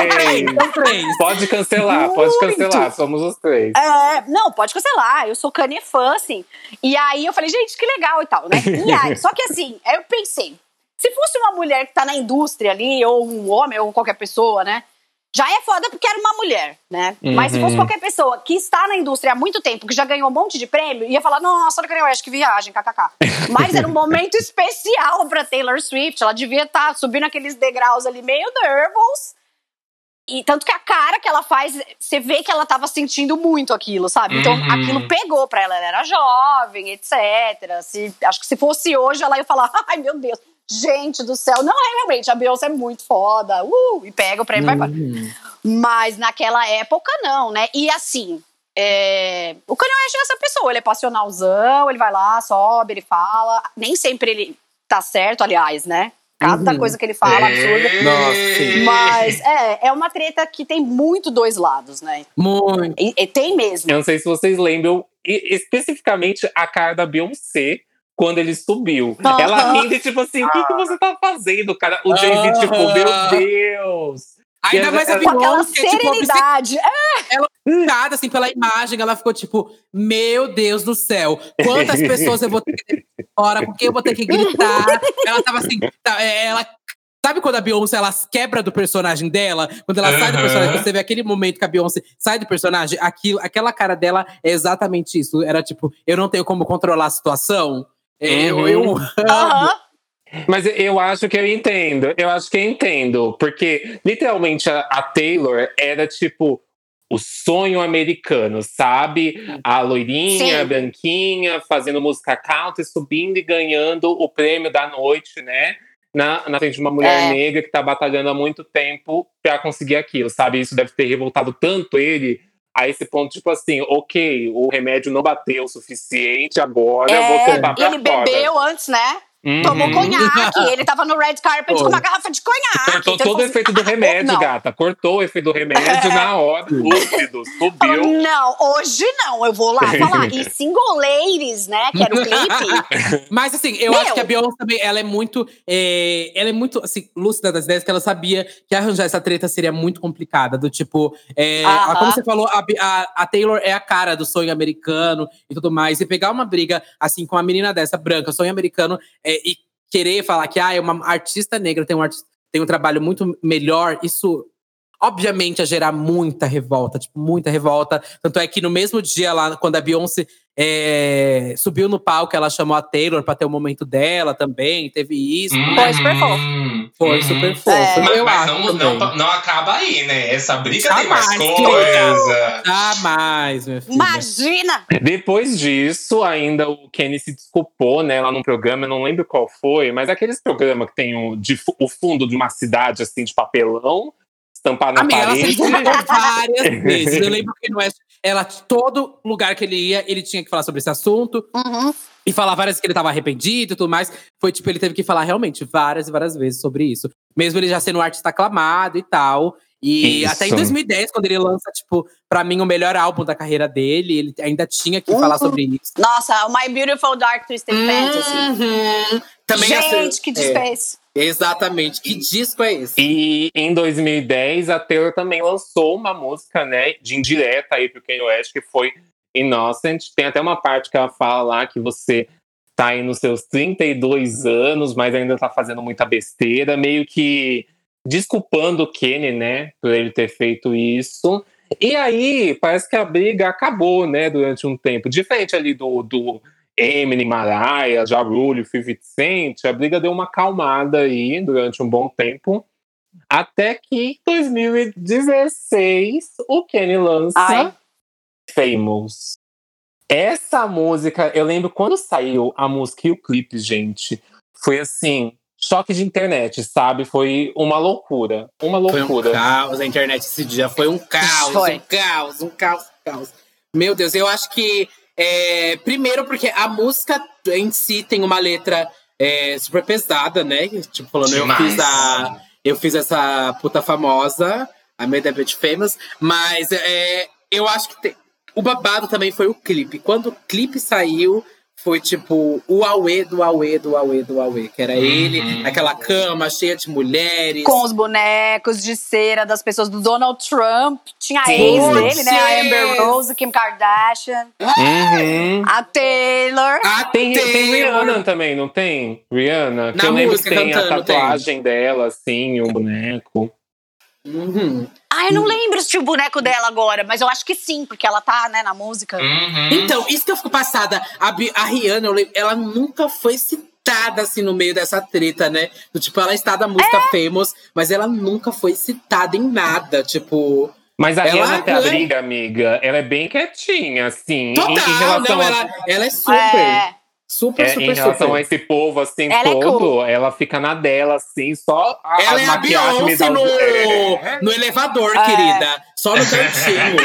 C: três. Pode cancelar, somos os três.
E: Não, pode cancelar, eu sou Kanye fã, assim. E aí eu falei, gente, que legal e tal, né? E aí, só que assim, aí eu pensei, se fosse uma mulher que tá na indústria ali, ou um homem, ou qualquer pessoa, né? Já é foda porque era uma mulher, né? Mas se fosse qualquer pessoa que está na indústria há muito tempo, que já ganhou um monte de prêmio, ia falar, nossa, olha o Kanye West, que viagem, kkk. Mas era um momento especial pra Taylor Swift. Ela devia estar subindo aqueles degraus ali meio nervous. E tanto que a cara que ela faz, você vê que ela tava sentindo muito aquilo, sabe? Então aquilo pegou pra ela. Ela era jovem, etc. Acho que se fosse hoje, ela ia falar, ai meu Deus. Gente do céu, não é realmente, a Beyoncé é muito foda, e pega o prêmio e vai embora. Mas naquela época não, né? E assim, o Kanye West é essa pessoa, ele é passionalzão, ele vai lá, sobe, ele fala, nem sempre ele tá certo, aliás, né? Cada coisa que ele fala, absurda.
B: Nossa.
E: Mas é uma treta que tem muito dois lados, né?
B: Muito.
E: E tem mesmo.
C: Eu não sei se vocês lembram, especificamente a cara da Beyoncé, quando ele subiu. Ela rindo, tipo assim, o que você tá fazendo, cara? O Jay-Z, tipo, meu Deus!
B: Ainda mais a
E: Com aquela
B: Beyoncé, tipo,
E: serenidade.
B: ela ficada, assim, pela imagem, ela ficou tipo, meu Deus do céu, quantas pessoas eu vou ter que fora, com quem eu vou ter que gritar? Ela tava assim, ela… Sabe quando a Beyoncé, ela quebra do personagem dela? Quando ela sai do personagem, você vê aquele momento que a Beyoncé sai do personagem, aquela cara dela é exatamente isso. Era tipo, eu não tenho como controlar a situação. Eu amo.
C: Mas eu acho que eu entendo. Eu acho que eu entendo. Porque, literalmente, a Taylor era tipo o sonho americano, sabe? A loirinha,
E: Sim.
C: a branquinha, fazendo música country, subindo e ganhando o prêmio da noite, né? Na frente de uma mulher negra que tá batalhando há muito tempo pra conseguir aquilo, sabe? Isso deve ter revoltado tanto ele a esse ponto, tipo assim, ok, o remédio não bateu o suficiente, agora eu vou tocar pra
E: ele
C: fora.
E: bebeu antes, né? Tomou conhaque, ele tava no red carpet com uma garrafa de conhaque.
C: Cortou
E: então
C: todo o efeito do remédio,
E: não.
C: gata. Cortou o efeito do remédio na hora. Lúcido, subiu.
E: Falou, não, hoje não, eu vou lá falar. E Single Ladies, né, que era o clipe.
B: Mas assim, eu acho que a Beyoncé também, ela é muito, assim, lúcida das ideias, que ela sabia que arranjar essa treta seria muito complicada. Do tipo, como você falou, a Taylor é a cara do sonho americano e tudo mais. E pegar uma briga, assim, com uma menina dessa, branca, sonho americano, e querer falar que é uma artista negra, tem um trabalho muito melhor, isso… Obviamente ia gerar muita revolta, tipo, muita revolta. Tanto é que no mesmo dia lá, quando a Beyoncé subiu no palco, ela chamou a Taylor pra ter o momento dela também, teve isso.
E: Foi super fofo.
B: Foi super fofo.
D: Mas não acaba aí, né? Essa briga tem mais
B: Jamais,
D: coisa.
B: Jamais, minha filha.
E: Imagina!
C: Depois disso, ainda o Kenny se desculpou, né, lá num programa, eu não lembro qual foi, mas aqueles programas que tem o fundo de uma cidade, assim, de papelão, estampado na
B: Amiga,
C: parede.
B: ela se desculpou várias vezes. Eu lembro que no West, todo lugar que ele ia, ele tinha que falar sobre esse assunto. E falar várias vezes que ele tava arrependido e tudo mais. Foi tipo, ele teve que falar realmente várias e várias vezes sobre isso. Mesmo ele já sendo um artista aclamado e tal. E até em 2010, quando ele lança, tipo, pra mim, o melhor álbum da carreira dele, ele ainda tinha que falar sobre isso.
E: Nossa, o My Beautiful Dark Twisted Fantasy.
B: Também
E: gente, que dispensa.
B: Exatamente. Que disco é esse?
C: E em 2010, a Taylor também lançou uma música, né, de indireta aí pro Kanye West, que foi Innocent. Tem até uma parte que ela fala lá que você tá aí nos seus 32 anos, mas ainda tá fazendo muita besteira, meio que desculpando o Kanye, né, por ele ter feito isso. E aí, parece que a briga acabou, né, durante um tempo. Diferente ali do Eminem, Mariah, Ja Rule, 50 Cent, a briga deu uma acalmada aí durante um bom tempo. Até que em 2016, o Kanye lança Famous. Essa música, eu lembro quando saiu a música e o clipe, gente, foi assim, choque de internet, sabe? Foi uma loucura. Uma loucura.
B: Foi um caos, a internet esse dia foi um caos, um caos. Meu Deus, eu acho que… primeiro porque a música em si tem uma letra super pesada, né? Tipo, falando, eu fiz essa puta famosa, I Made That Bitch Famous, mas eu acho que o babado também foi o clipe. Quando o clipe saiu, foi tipo o auê do auê. Que era ele, aquela cama cheia de mulheres.
E: Com os bonecos de cera das pessoas do Donald Trump. Tinha a ex dele, né? A Amber Rose, Kim Kardashian. A Taylor.
C: Tem Rihanna também, não tem? Rihanna? Que eu lembro que tem a tatuagem dela, assim, um boneco.
E: Eu não lembro se tinha o boneco dela agora, mas eu acho que sim, porque ela tá, né, na música.
B: Então, isso que eu fico passada. A Rihanna, ela nunca foi citada, assim, no meio dessa treta, né? Tipo, ela está da música Famous, mas ela nunca foi citada em nada, tipo…
C: Mas a Rihanna até a briga, amiga, ela é bem quietinha, assim.
B: Total,
C: em relação
B: ela é super…
C: Em relação a esse povo, assim,
E: ela
C: todo, ela fica na dela, assim, só
B: ela é a Beyoncé no elevador, querida. Só no cantinho.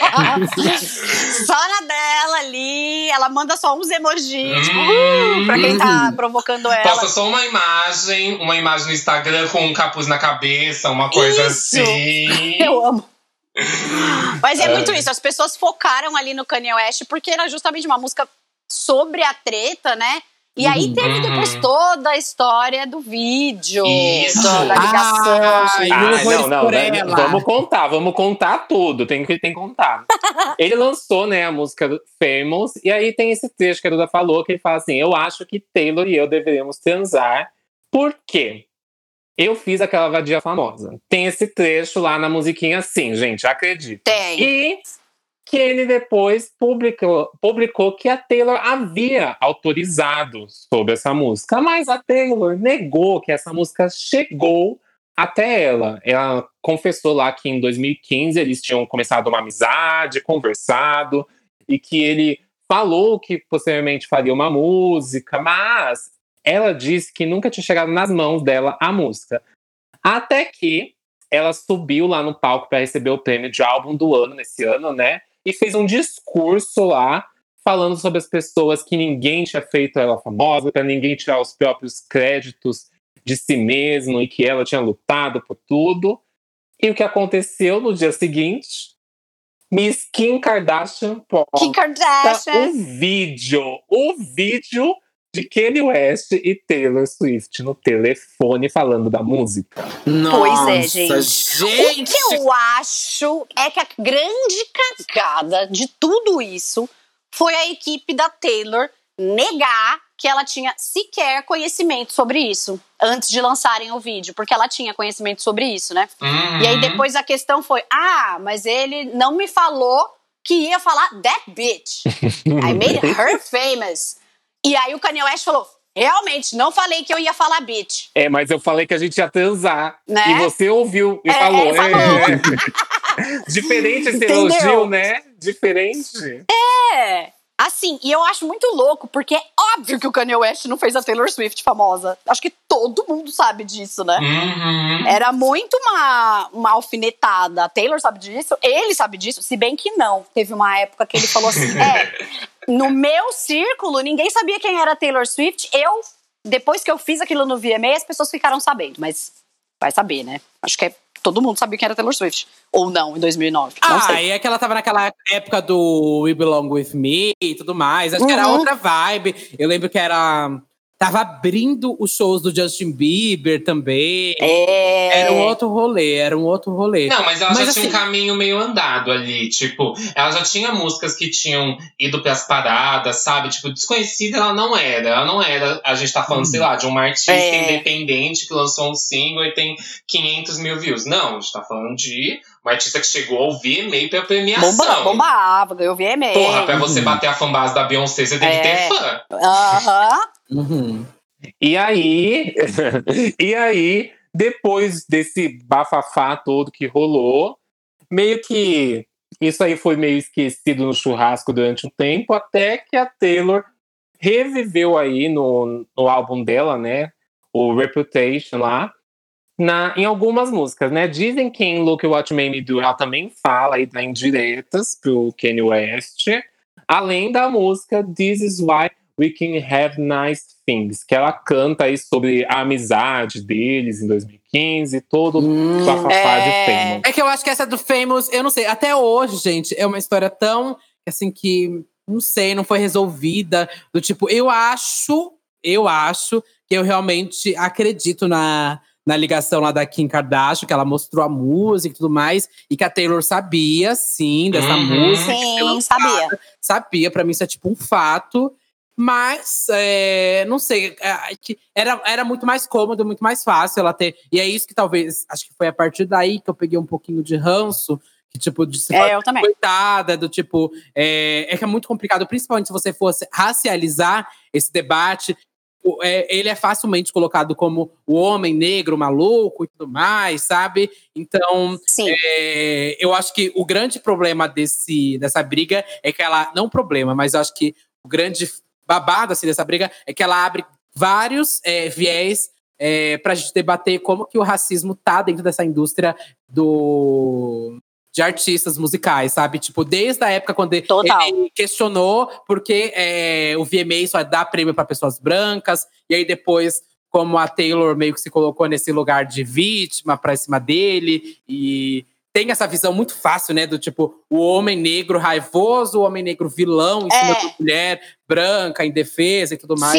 E: Só na dela ali. Ela manda só uns emojis, pra quem tá provocando ela.
D: Posta só uma imagem no Instagram com um capuz na cabeça, uma coisa assim.
E: Eu amo. Mas é muito isso, as pessoas focaram ali no Kanye West porque era justamente uma música sobre a treta, né? E aí teve depois toda a história do vídeo,
D: Isso.
E: da ligação.
C: Vamos contar tudo, tem que contar. Ele lançou, né, a música Famous, e aí tem esse trecho que a Duda falou, que ele fala assim, eu acho que Taylor e eu deveríamos transar, por quê? Eu fiz aquela vadia famosa. Tem esse trecho lá na musiquinha, sim, gente, acredito.
E: Tem.
C: E que ele depois publicou que a Taylor havia autorizado sobre essa música. Mas a Taylor negou que essa música chegou até ela. Ela confessou lá que em 2015 eles tinham começado uma amizade, conversado, e que ele falou que possivelmente faria uma música, mas ela disse que nunca tinha chegado nas mãos dela a música. Até que ela subiu lá no palco para receber o prêmio de álbum do ano nesse ano, né? E fez um discurso lá, falando sobre as pessoas que ninguém tinha feito ela famosa, para ninguém tirar os próprios créditos de si mesmo e que ela tinha lutado por tudo. E o que aconteceu no dia seguinte? Miss Kim Kardashian posta o vídeo de Kanye West e Taylor Swift no telefone falando da música.
B: Nossa,
E: Pois é, gente. O que eu acho é que a grande cagada de tudo isso foi a equipe da Taylor negar que ela tinha sequer conhecimento sobre isso antes de lançarem o vídeo, porque ela tinha conhecimento sobre isso, né? E aí depois a questão foi, mas ele não me falou que ia falar that bitch. I made her famous. E aí o Kanye West falou, realmente, não falei que eu ia falar bitch.
C: Mas eu falei que a gente ia transar.
E: Né?
C: E você ouviu e falou.
E: Ele falou.
C: Diferente esse
E: Entendeu?
C: elogio, né? Diferente.
E: Assim, e eu acho muito louco, porque é óbvio que o Kanye West não fez a Taylor Swift famosa. Acho que todo mundo sabe disso, né? Era muito uma alfinetada. A Taylor sabe disso, ele sabe disso, se bem que não. Teve uma época que ele falou assim, no meu círculo, ninguém sabia quem era a Taylor Swift. Depois que eu fiz aquilo no VMA, as pessoas ficaram sabendo. Mas vai saber, né? Acho que todo mundo sabia quem era Taylor Swift. Ou não, em 2009. Não sei.
B: E é que ela tava naquela época do We Belong With Me e tudo mais. Acho que era outra vibe. Eu lembro que tava abrindo os shows do Justin Bieber também. Era um outro rolê.
D: Não, mas ela já tinha um caminho meio andado ali. Tipo, ela já tinha músicas que tinham ido pras paradas, sabe? Tipo, desconhecida ela não era. Ela não era, a gente tá falando, sei lá, de uma artista independente que lançou um single e tem 500 mil views. Não, a gente tá falando de uma artista que chegou ao VMA pra premiação.
E: Bombava, ganhou VMA.
D: Porra, pra você bater a fanbase da Beyoncé, você tem que ter fã.
C: E aí, depois desse bafafá todo que rolou, meio que isso aí foi meio esquecido no churrasco durante um tempo, até que a Taylor reviveu aí no álbum dela, né, o Reputation lá, em algumas músicas, né? Dizem que em Look What You Made Me Do, ela também fala e dá indiretas pro Kanye West, além da música This Is Why We Can Have Nice Things, que ela canta aí sobre a amizade deles em 2015, todo o bafafá de Famous.
B: É que eu acho que essa do Famous, eu não sei, até hoje, gente, é uma história tão, assim, que, não sei, não foi resolvida, do tipo, eu acho que eu realmente acredito na ligação lá da Kim Kardashian, que ela mostrou a música e tudo mais, e que a Taylor sabia, sim, dessa música.
E: Sim, sabia.
B: Sabia, pra mim isso é tipo um fato. Mas, não sei, era muito mais cômodo, muito mais fácil ela ter… E é isso que talvez, acho que foi a partir daí que eu peguei um pouquinho de ranço, que tipo, de se
E: eu também.
B: Coitada, do tipo… que é muito complicado, principalmente se você fosse racializar esse debate… ele é facilmente colocado como o homem negro maluco e tudo mais, sabe? Então, eu acho que o grande problema dessa briga é que ela… Não problema, mas eu acho que o grande babado assim, dessa briga é que ela abre vários viés pra gente debater como que o racismo tá dentro dessa indústria de artistas musicais, sabe? Tipo, desde a época quando ele questionou porque o VMA só dá prêmio para pessoas brancas, e aí depois, como a Taylor meio que se colocou nesse lugar de vítima pra cima dele, e tem essa visão muito fácil, né? Do tipo, o homem negro raivoso, o homem negro vilão em cima da mulher branca, indefesa e tudo mais.
E: Sim.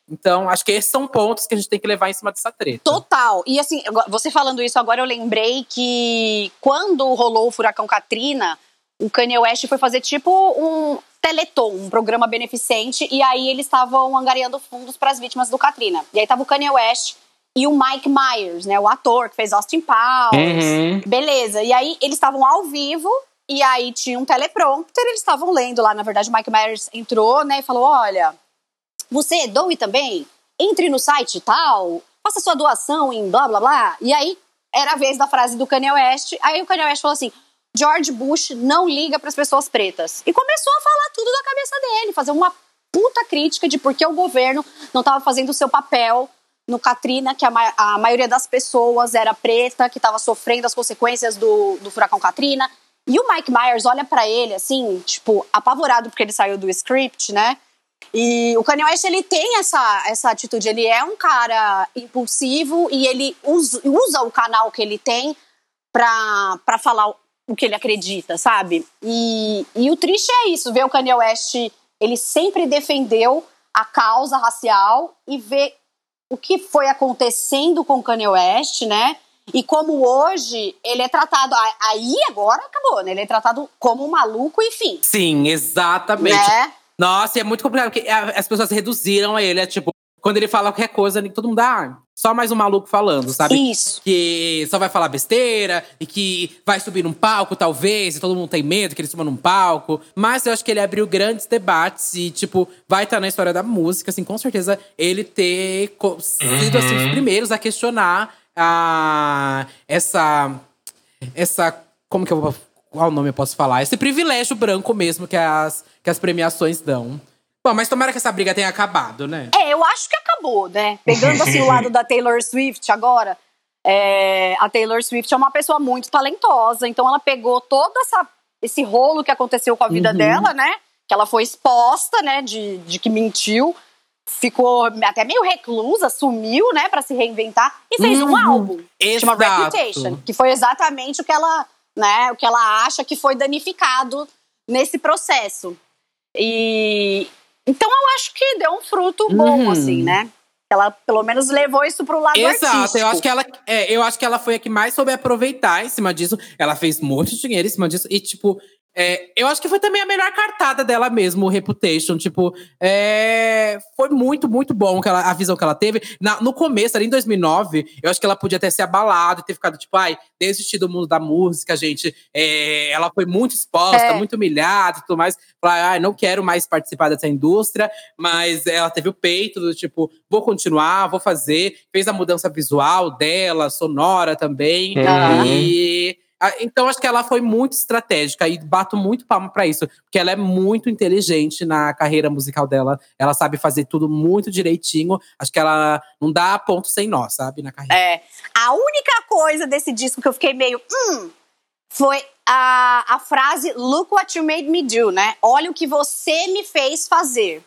B: Então, acho que esses são pontos que a gente tem que levar em cima dessa treta.
E: Total. E assim, você falando isso agora, eu lembrei que quando rolou o furacão Katrina, o Kanye West foi fazer tipo um Teleton, um programa beneficente, e aí eles estavam angariando fundos para as vítimas do Katrina. E aí tava o Kanye West e o Mike Myers, né, o ator que fez Austin Powers. Beleza. E aí eles estavam ao vivo, e aí tinha um teleprompter, eles estavam lendo lá. Na verdade, o Mike Myers entrou, né, e falou: olha, você doe também, entre no site e tal, faça sua doação em blá blá blá. E aí era a vez da frase do Kanye West. Aí o Kanye West falou assim: George Bush não liga para as pessoas pretas. E começou a falar tudo da cabeça dele, fazer uma puta crítica de por que o governo não estava fazendo o seu papel no Katrina, que a maioria das pessoas era preta, que estava sofrendo as consequências do furacão Katrina. E o Mike Myers olha pra ele, assim, tipo, apavorado porque ele saiu do script, né? E o Kanye West, ele tem essa atitude. Ele é um cara impulsivo e ele usa o canal que ele tem pra falar o que ele acredita, sabe? E o triste é isso, ver o Kanye West, ele sempre defendeu a causa racial, e ver o que foi acontecendo com o Kanye West, né? E como hoje ele é tratado, aí agora acabou, né? Ele é tratado como um maluco, enfim.
B: Sim, exatamente.
E: Né?
B: Nossa, e é muito complicado, porque as pessoas reduziram a ele. É tipo, quando ele fala qualquer coisa, todo mundo só mais um maluco falando, sabe?
E: Isso.
B: Que só vai falar besteira e que vai subir num palco, talvez, e todo mundo tem medo que ele suba num palco. Mas eu acho que ele abriu grandes debates e, tipo, vai estar na história da música, assim, com certeza ele ter sido, assim, os primeiros a questionar essa. Como que eu vou. Qual nome eu posso falar? Esse privilégio branco mesmo que as premiações dão. Bom, mas tomara que essa briga tenha acabado, né?
E: Eu acho que acabou, né? Pegando assim o lado da Taylor Swift agora, a Taylor Swift é uma pessoa muito talentosa, então ela pegou todo esse rolo que aconteceu com a vida dela, né? Que ela foi exposta, né? De que mentiu, ficou até meio reclusa, sumiu, né? Pra se reinventar, e fez um álbum, chama Reputation, que foi exatamente o que ela, né? O que ela acha que foi danificado nesse processo. Então eu acho que deu um fruto bom, assim, né? Ela pelo menos levou isso pro lado artístico.
B: Exato, eu acho que ela foi a que mais soube aproveitar em cima disso. Ela fez muito dinheiro em cima disso. E, tipo, eu acho que foi também a melhor cartada dela mesmo, o Reputation. Tipo, foi muito, muito bom a visão que ela teve. No começo, ali em 2009, eu acho que ela podia ter se abalado e ter ficado tipo, desistir do mundo da música, gente. Ela foi muito exposta, muito humilhada e tudo mais. Falar, não quero mais participar dessa indústria. Mas ela teve o peito do tipo, vou continuar, vou fazer. Fez a mudança visual dela, sonora também. Então, acho que ela foi muito estratégica e bato muito palma pra isso. Porque ela é muito inteligente na carreira musical dela. Ela sabe fazer tudo muito direitinho. Acho que ela não dá ponto sem nó, sabe? Na carreira.
E: A única coisa desse disco que eu fiquei meio… foi a frase Look what you made me do, né? Olha o que você me fez fazer.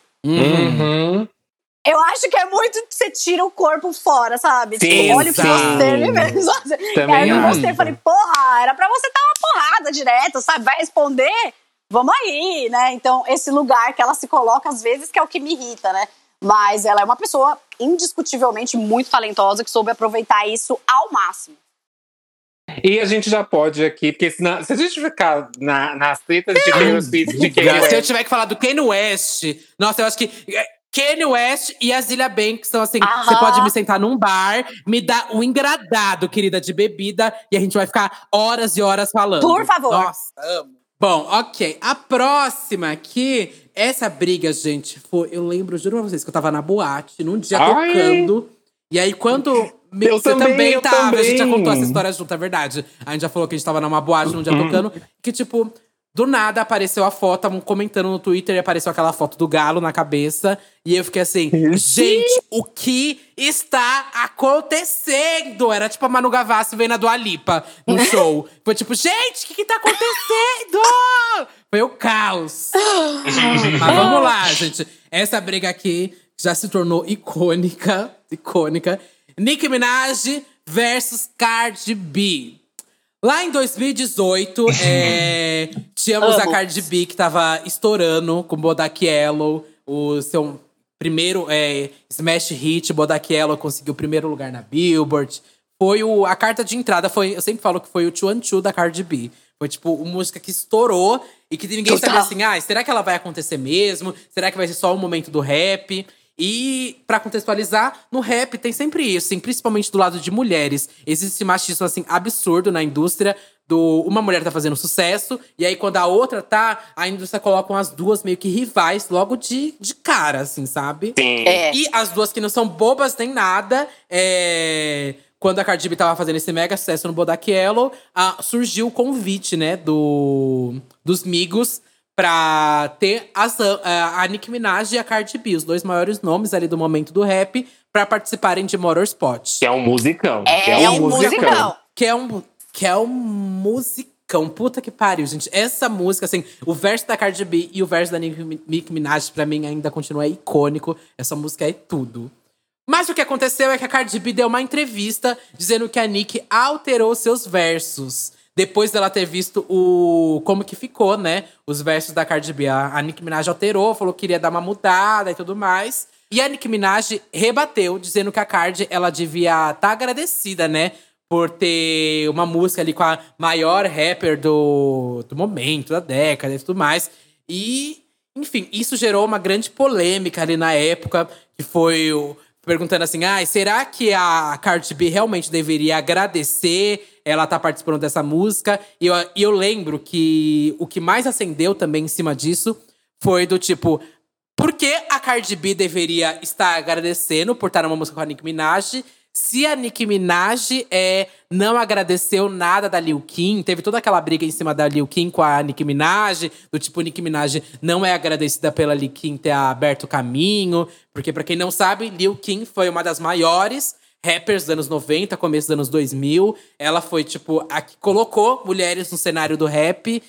E: Eu acho que é muito que você tira o corpo fora, sabe?
C: Sim,
E: tipo, olha o que você me fez fazer.
C: Também
E: e aí eu gostei, falei, porra, era pra você dar uma porrada direto, sabe? Vai responder? Vamos aí, né? Então, esse lugar que ela se coloca, às vezes, que é o que me irrita, né? Mas ela é uma pessoa indiscutivelmente muito talentosa, que soube aproveitar isso ao máximo.
C: E a gente já pode aqui, porque se a gente ficar nas tretas de Taylor Swift, de Kanye West…
B: Se eu tiver que falar do Kanye West… Nossa, eu acho que… Kanye West e a Zilia Banks são assim… Você pode me sentar num bar, me dar um engradado, querida, de bebida, e a gente vai ficar horas e horas falando.
E: Por favor.
B: Nossa, amo. Bom, ok. A próxima aqui… Essa briga, gente, foi… Eu lembro, juro pra vocês, que eu tava na boate, num dia tocando… E aí, quando… Você também tava, a gente já contou essa história junto, é verdade. A gente já falou que a gente tava numa boate num dia tocando, que tipo… Do nada apareceu a foto, estavam comentando no Twitter e apareceu aquela foto do galo na cabeça. E eu fiquei assim, gente, o que está acontecendo? Era tipo a Manu Gavassi vendo a Dua Lipa no show. Foi tipo, gente, o que tá acontecendo? Foi o caos. Mas vamos lá, gente. Essa briga aqui já se tornou icônica. Nicki Minaj versus Cardi B. Lá em 2018, tínhamos a Cardi B que tava estourando com Bodak Yellow, o seu primeiro smash hit, Bodak Yellow conseguiu o primeiro lugar na Billboard. Foi a carta de entrada, eu sempre falo que foi o 212 da Cardi B. Foi, tipo, uma música que estourou e que ninguém sabia assim, será que ela vai acontecer mesmo? Será que vai ser só o momento do rap? E, pra contextualizar, no rap tem sempre isso, assim, principalmente do lado de mulheres. Existe esse machismo, assim, absurdo na indústria. Uma mulher tá fazendo sucesso, e aí quando a outra a indústria coloca as duas meio que rivais logo de cara, assim, sabe?
C: Sim.
B: E as duas que não são bobas nem nada, quando a Cardi B tava fazendo esse mega sucesso no Bodak Yellow, surgiu o convite, né, dos Migos pra ter a Nicki Minaj e a Cardi B, os dois maiores nomes ali do momento do rap, pra participarem de Motorsport.
C: Que é um musicão.
E: É um musicão.
B: Que é um musicão. Puta que pariu, gente. Essa música, assim, o verso da Cardi B e o verso da Nicki Minaj, pra mim, ainda continua icônico. Essa música é tudo. Mas o que aconteceu é que a Cardi B deu uma entrevista dizendo que a Nicki alterou seus versos. Depois dela ter visto como que ficou, né? Os versos da Cardi B. A Nicki Minaj alterou, falou que queria dar uma mudada e tudo mais. E a Nicki Minaj rebateu, dizendo que a Cardi, ela devia estar agradecida, né? Por ter uma música ali com a maior rapper do momento, da década e tudo mais. E, enfim, isso gerou uma grande polêmica ali na época, que foi perguntando assim, será que a Cardi B realmente deveria agradecer ela tá participando dessa música? E eu lembro que o que mais acendeu também em cima disso foi do tipo, por que a Cardi B deveria estar agradecendo por estar numa música com a Nicki Minaj, se a Nicki Minaj não agradeceu nada da Lil Kim? Teve toda aquela briga em cima da Lil Kim com a Nicki Minaj, do tipo, Nicki Minaj não é agradecida pela Lil Kim ter aberto o caminho. Porque, pra quem não sabe, Lil Kim foi uma das maiores rappers dos anos 90, começo dos anos 2000. Ela foi, tipo, a que colocou mulheres no cenário do rap.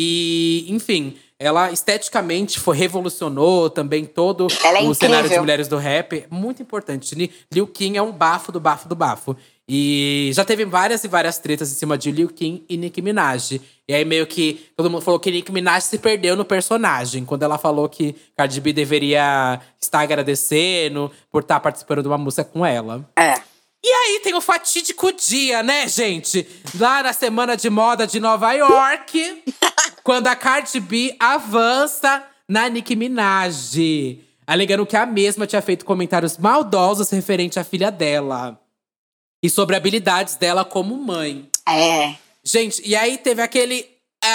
B: E, enfim, ela esteticamente revolucionou também todo o cenário de mulheres do rap. Muito importante. Lil Kim é um bafo do bafo do bafo. E já teve várias e várias tretas em cima de Lil Kim e Nicki Minaj. E aí meio que todo mundo falou que Nicki Minaj se perdeu no personagem. Quando ela falou que Cardi B deveria estar agradecendo por estar participando de uma música com ela. E aí tem o fatídico dia, né, gente? Lá na Semana de Moda de Nova York, quando a Cardi B avança na Nicki Minaj, alegando que a mesma tinha feito comentários maldosos referente à filha dela. E sobre habilidades dela como mãe. Gente, e aí teve aquele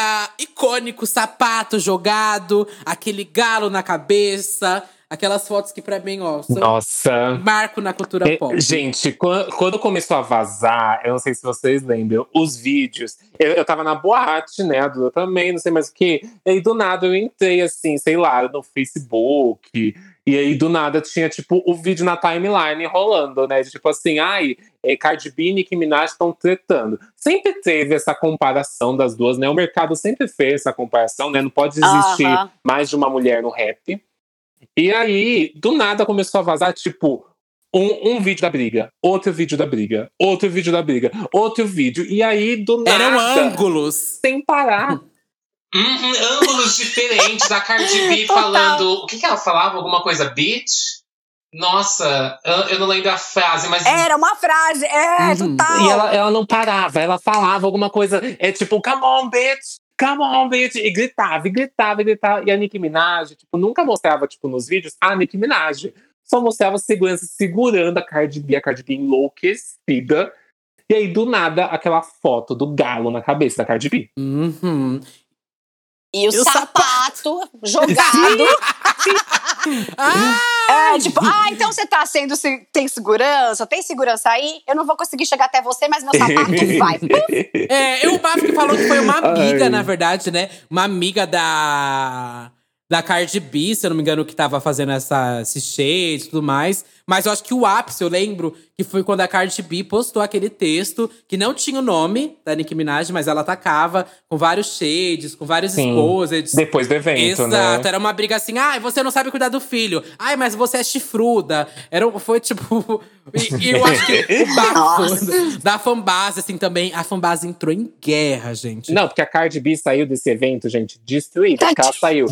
B: icônico sapato jogado, aquele galo na cabeça. Aquelas fotos que pra mim, são marco na cultura pop.
C: Gente, quando começou a vazar, eu não sei se vocês lembram, os vídeos. Eu tava na boate, né? A Duda também, não sei mais o quê. E aí, do nada, eu entrei, assim, sei lá, no Facebook. E aí, do nada, tinha, tipo, o vídeo na timeline rolando, né? Tipo assim, Cardi B e Nicki Minaj estão tretando. Sempre teve essa comparação das duas, né? O mercado sempre fez essa comparação, né? Não pode existir mais de uma mulher no rap. E aí, do nada, começou a vazar, tipo, um vídeo da briga, outro vídeo da briga, outro vídeo da briga, outro vídeo. E aí, do nada…
B: Eram ângulos!
C: Sem parar.
D: Ângulos diferentes. A Cardi B falando… O que ela falava? Alguma coisa? Bitch? Nossa, eu não lembro a frase, mas…
E: Era uma frase, total!
C: E ela não parava, ela falava alguma coisa, tipo, come on, bitch! Come on, bitch! E gritava. E a Nicki Minaj, tipo, nunca mostrava, tipo, nos vídeos, a Nicki Minaj. Só mostrava segurança segurando a Cardi B enlouquecida. E aí, do nada, aquela foto do galo na cabeça da Cardi B.
E: E o sapato jogado. Então você tá tem segurança? Tem segurança aí? Eu não vou conseguir chegar até você, mas meu sapato vai.
B: O Bafo que falou que foi uma amiga, na verdade, né? Uma amiga da Cardi B, se eu não me engano, que tava fazendo esse shade e tudo mais. Mas eu acho que o ápice, eu lembro, que foi quando a Cardi B postou aquele texto que não tinha o nome da Nicki Minaj, mas ela atacava com vários shades, com vários exposeds.
C: Depois do evento, né?
B: Exato, era uma briga assim, você não sabe cuidar do filho. Mas você é chifruda. Foi tipo… E eu acho que o bafo da fanbase, assim, também, a fanbase entrou em guerra, gente.
C: Não, porque a Cardi B saiu desse evento, gente, destruída. Porque ela saiu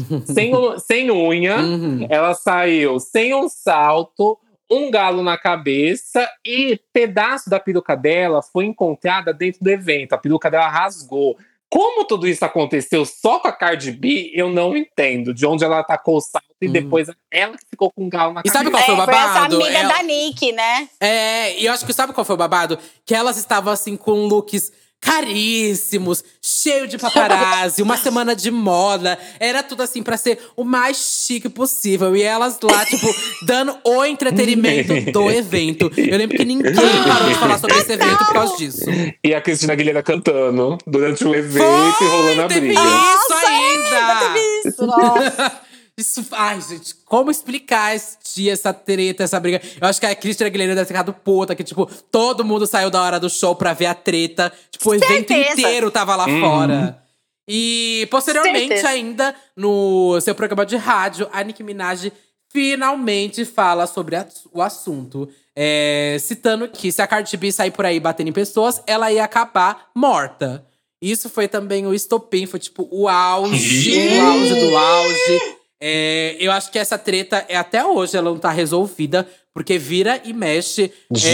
C: sem unha. Ela saiu sem um salto, um galo na cabeça e pedaço da peruca dela foi encontrada dentro do evento. A peruca dela rasgou. Como tudo isso aconteceu só com a Cardi B, eu não entendo. De onde ela tacou o salto e depois ela que ficou com um galo na cabeça.
B: E sabe qual foi o babado?
E: Foi essa amiga da Nick, né?
B: E eu acho que sabe qual foi o babado? Que elas estavam assim com looks caríssimos, cheio de paparazzi, uma semana de moda. Era tudo assim pra ser o mais chique possível. E elas lá, tipo, dando o entretenimento do evento. Eu lembro que ninguém parou de falar sobre esse evento por causa disso.
C: E a Cristina Aguilera cantando durante o evento e rolando a briga.
B: Isso ainda!
E: Teve isso, nossa.
B: Isso, ai, gente, como explicar essa treta, essa briga? Eu acho que a Cristina Aguilera deve ter ficado puta, que, tipo, todo mundo saiu da hora do show pra ver a treta. Tipo, o evento inteiro tava lá fora. E, posteriormente, ainda, no seu programa de rádio, a Nicki Minaj finalmente fala sobre o assunto. Citando que se a Cardi B sair por aí batendo em pessoas, ela ia acabar morta. Isso foi também o estopim, foi tipo o auge do auge. Eu acho que essa treta, até hoje, ela não tá resolvida. Porque vira e mexe.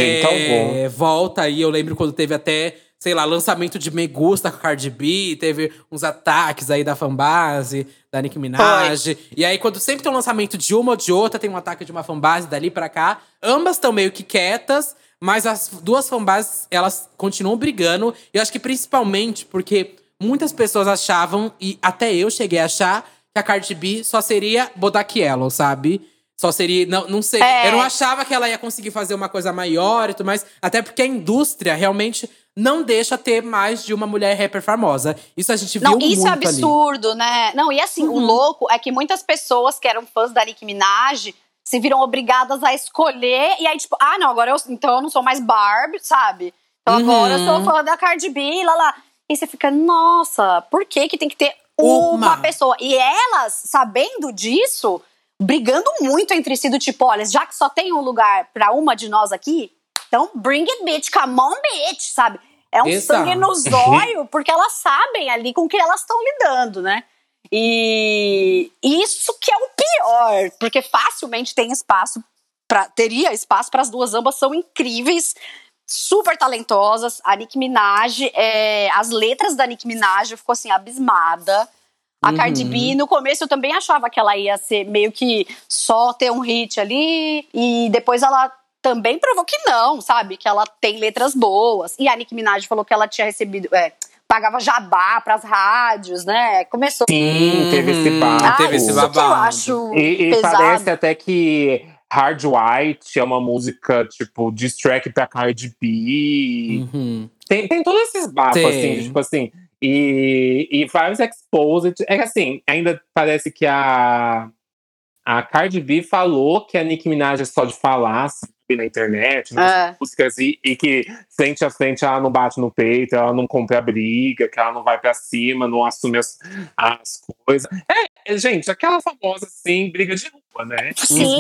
B: Volta aí, eu lembro quando teve até, sei lá, lançamento de Me Gusta com a Cardi B. Teve uns ataques aí da fanbase, da Nicki Minaj. E aí, quando sempre tem um lançamento de uma ou de outra, tem um ataque de uma fanbase dali pra cá. Ambas estão meio que quietas. Mas as duas fanbases, elas continuam brigando. E eu acho que principalmente porque muitas pessoas achavam, e até eu cheguei a achar, que a Cardi B só seria Bodak Yellow, sabe? Só seria… Não sei. Eu não achava que ela ia conseguir fazer uma coisa maior e tudo mais. Até porque a indústria realmente não deixa ter mais de uma mulher rapper famosa. Isso a gente viu muito ali.
E: Isso é absurdo, né? Não, e assim, o louco é que muitas pessoas que eram fãs da Nicki Minaj se viram obrigadas a escolher. E aí, tipo, então eu não sou mais Barb, sabe? Então agora eu sou fã da Cardi B, lá. E você fica, nossa, por que tem que ter uma pessoa? E elas, sabendo disso, brigando muito entre si, do tipo, olha, já que só tem um lugar pra uma de nós aqui, então bring it, bitch, come on, bitch, sabe? É um sangue no zóio, porque elas sabem ali com que elas estão lidando, né? E isso que é o pior, porque facilmente teria espaço para as duas, ambas são incríveis, super talentosas. A Nicki Minaj, as letras da Nicki Minaj, eu fico assim, abismada. A Cardi B, no começo eu também achava que ela ia ser meio que só ter um hit ali, e depois ela também provou que não, sabe? Que ela tem letras boas. E a Nicki Minaj falou que ela tinha recebido… pagava jabá pras rádios, né? Começou…
C: Sim, teve esse babado.
B: Teve esse babado.
E: Que eu acho
C: e
E: pesado.
C: Parece até que Hard White é uma música, tipo, diss track pra Cardi B. Tem todos esses bafos, assim, tipo assim… E vários exposed. É que assim, ainda parece que a Cardi B falou que a Nicki Minaj é só de falar, sabe, na internet, nas músicas, e que frente a frente ela não bate no peito, ela não compra a briga, que ela não vai pra cima, não assume as coisas. Gente, aquela famosa, assim, briga de rua, né?
E: Sim.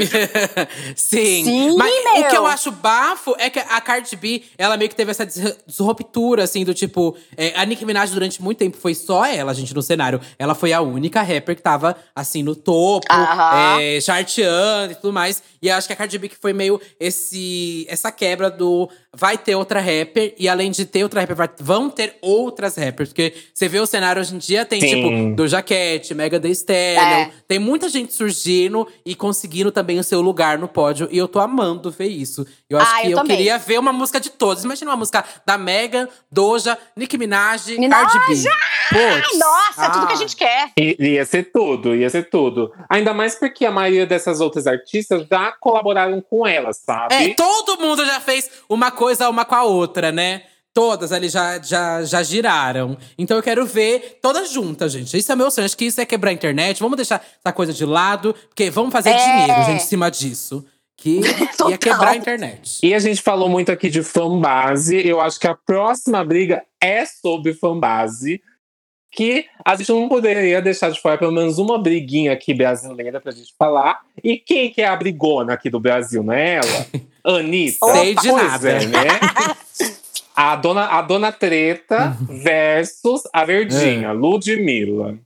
B: Sim. Mas o que eu acho bafo é que a Cardi B, ela meio que teve essa disruptura, assim, do tipo… a Nicki Minaj, durante muito tempo, foi só ela, gente, no cenário. Ela foi a única rapper que tava, assim, no topo, charteando e tudo mais. E eu acho que a Cardi B que foi meio essa quebra do… Vai ter outra rapper, e além de ter outra rapper, vão ter outras rappers. Porque você vê o cenário hoje em dia, tem tipo Doja Cat, Megan Thee Stallion. Tem muita gente surgindo e conseguindo também o seu lugar no pódio. E eu tô amando ver isso. Eu acho que eu queria ver uma música de todos. Imagina uma música da Megan, Doja, Nicki Minaj, Cardi B.
E: Nossa, é tudo que a gente quer.
C: Ia ser tudo. Ainda mais porque a maioria dessas outras artistas já colaboraram com ela, sabe?
B: Todo mundo já fez uma coisa uma com a outra, né? Todas ali já giraram. Então eu quero ver todas juntas, gente. Isso é meu sonho. Acho que isso é quebrar a internet. Vamos deixar essa coisa de lado, porque vamos fazer dinheiro, gente, em cima disso. Que ia quebrar a internet.
C: E a gente falou muito aqui de fanbase. Eu acho que a próxima briga é sobre fanbase. Que a gente não poderia deixar de fora pelo menos uma briguinha aqui brasileira pra gente falar. E quem que é a brigona aqui do Brasil, não é ela? Anitta.
B: Sei de nada.
C: Né? A dona Treta versus a Verdinha, Ludmilla.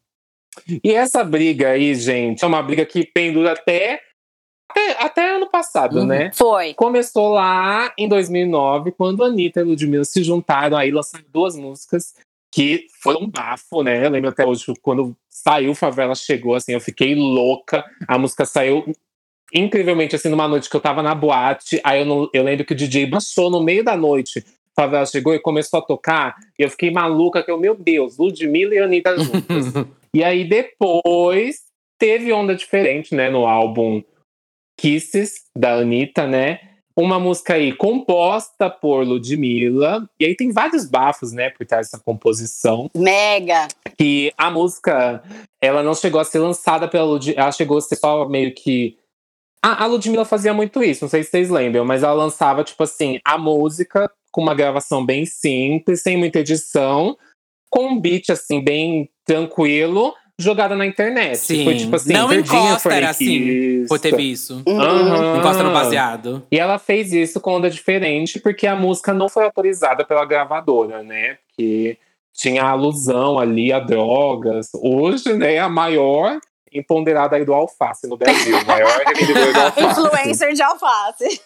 C: E essa briga aí, gente, é uma briga que pendura até ano passado, né?
E: Foi.
C: Começou lá em 2009, quando a Anitta e a Ludmilla se juntaram, aí lançaram 2 músicas que foram um bafo, né? Eu lembro até hoje, quando saiu Favela Chegou, assim, eu fiquei louca. A música saiu incrivelmente, assim, numa noite que eu tava na boate. Aí eu lembro que o DJ baixou no meio da noite. Favela Chegou e começou a tocar. E eu fiquei maluca, que eu, meu Deus, Ludmilla e Anitta juntas. E aí depois teve Onda Diferente, né? No álbum Kisses, da Anitta, né? Uma música aí composta por Ludmilla. E aí tem vários bafos, né? Por trás dessa composição.
E: Mega!
C: Que a música, ela não chegou a ser lançada pela Ludmilla. Ela chegou a ser só meio que… A Ludmilla fazia muito isso, não sei se vocês lembram. Mas ela lançava, tipo assim, a música com uma gravação bem simples, sem muita edição. Com um beat, assim, bem tranquilo, jogada na internet.
B: Sim.
C: Foi tipo assim,
B: não
C: Verdinha
B: encosta, era assim. Foi teve isso. Encosta no baseado.
C: E ela fez isso com Onda Diferente, porque a música não foi autorizada pela gravadora, né? Porque tinha alusão ali a drogas. Hoje, né, a maior empoderada aí do alface no Brasil. O maior revendedor do alface.
E: Influencer de alface.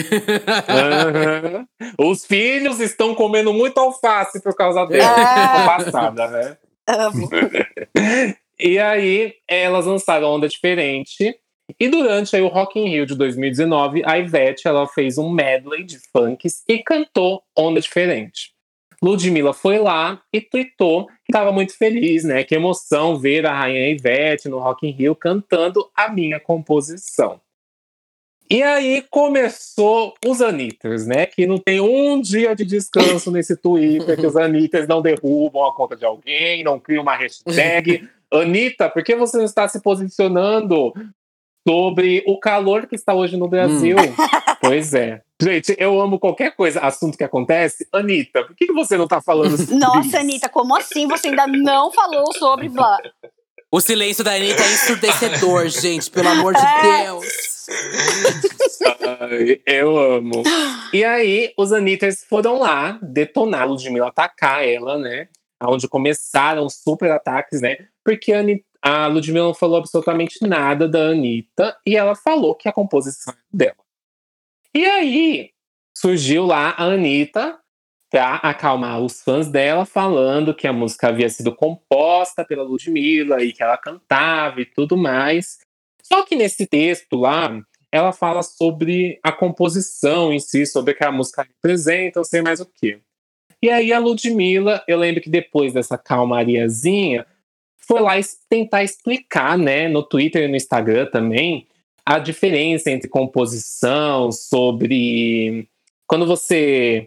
C: Os filhos estão comendo muito alface por causa dela. Passada, né?
E: Amo.
C: E aí, elas lançaram Onda Diferente. E durante aí, o Rock in Rio de 2019, a Ivete ela fez um medley de funks e cantou Onda Diferente. Ludmilla foi lá e tweetou que estava muito feliz, né? Que emoção ver a rainha Ivete no Rock in Rio cantando a minha composição. E aí começou os Anitters, né? Que não tem um dia de descanso nesse Twitter, que os Anitters não derrubam a conta de alguém, não criam uma hashtag. Anitta, por que você não está se posicionando sobre o calor que está hoje no Brasil? Pois é. Gente, eu amo qualquer coisa, assunto que acontece. Anitta, por que você não tá falando sobre
E: Nossa,
C: isso?
E: Anitta, como assim você ainda não falou sobre blá?
B: O silêncio da Anitta é ensurdecedor, gente, pelo amor de Deus.
C: Ai, eu amo. E aí, os Anitters foram lá detonar a Ludmilla, atacar ela, né? Onde começaram os super ataques, né? Porque a Ludmilla não falou absolutamente nada da Anitta e ela falou que a composição é dela. E aí, surgiu lá a Anitta pra acalmar os fãs dela, falando que a música havia sido composta pela Ludmilla e que ela cantava e tudo mais. Só que nesse texto lá, ela fala sobre a composição em si, sobre o que a música representa, não sei mais o quê. E aí a Ludmilla, eu lembro que depois dessa calmariazinha, foi lá tentar explicar, né, no Twitter e no Instagram também, a diferença entre composição, sobre quando você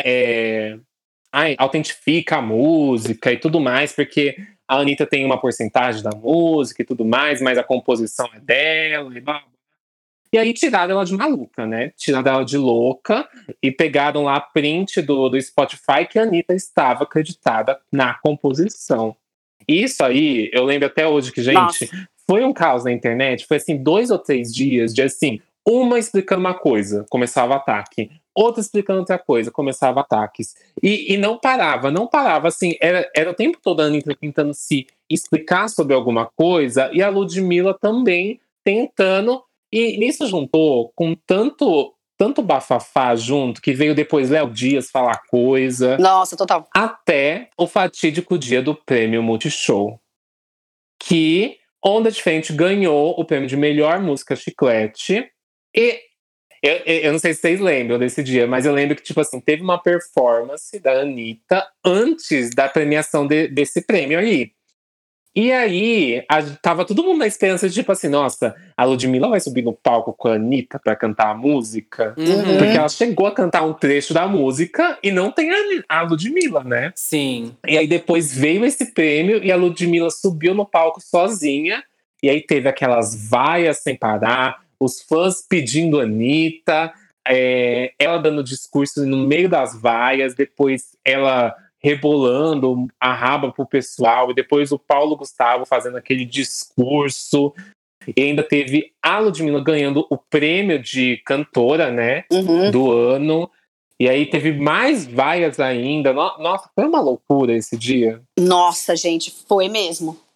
C: autentifica a música e tudo mais, porque a Anitta tem uma porcentagem da música e tudo mais, mas a composição é dela e blá, blá. E aí tiraram ela de maluca, né? Tiraram ela de louca e pegaram lá print do Spotify que a Anitta estava acreditada na composição. Isso aí, eu lembro até hoje que, gente,
E: Nossa.
C: foi um caos na internet. Foi assim, 2 ou 3 dias de assim, uma explicando uma coisa, começava ataque. Outra explicando outra coisa, começava ataques. E não parava, assim, era o tempo todo a Anitta tentando se explicar sobre alguma coisa e a Ludmilla também tentando. E nisso juntou com tanto bafafá junto, que veio depois Léo Dias falar coisa.
E: Nossa, total.
C: Até o fatídico dia do Prêmio Multishow. Que Onda Diferente ganhou o prêmio de melhor música chiclete. E eu não sei se vocês lembram desse dia, mas eu lembro que, tipo assim, teve uma performance da Anitta antes da premiação desse prêmio aí. E aí, tava todo mundo na esperança de, tipo assim, nossa, a Ludmilla vai subir no palco com a Anitta pra cantar a música. Porque ela chegou a cantar um trecho da música e não tem a Ludmilla, né?
B: Sim.
C: E aí depois veio esse prêmio e a Ludmilla subiu no palco sozinha. E aí teve aquelas vaias sem parar, os fãs pedindo a Anitta, ela dando discurso no meio das vaias, depois ela rebolando a raba pro pessoal, e depois o Paulo Gustavo fazendo aquele discurso, e ainda teve a Ludmilla ganhando o prêmio de cantora, né, do ano, e aí teve mais vaias ainda. Nossa, foi uma loucura esse dia.
E: Nossa, gente, foi mesmo.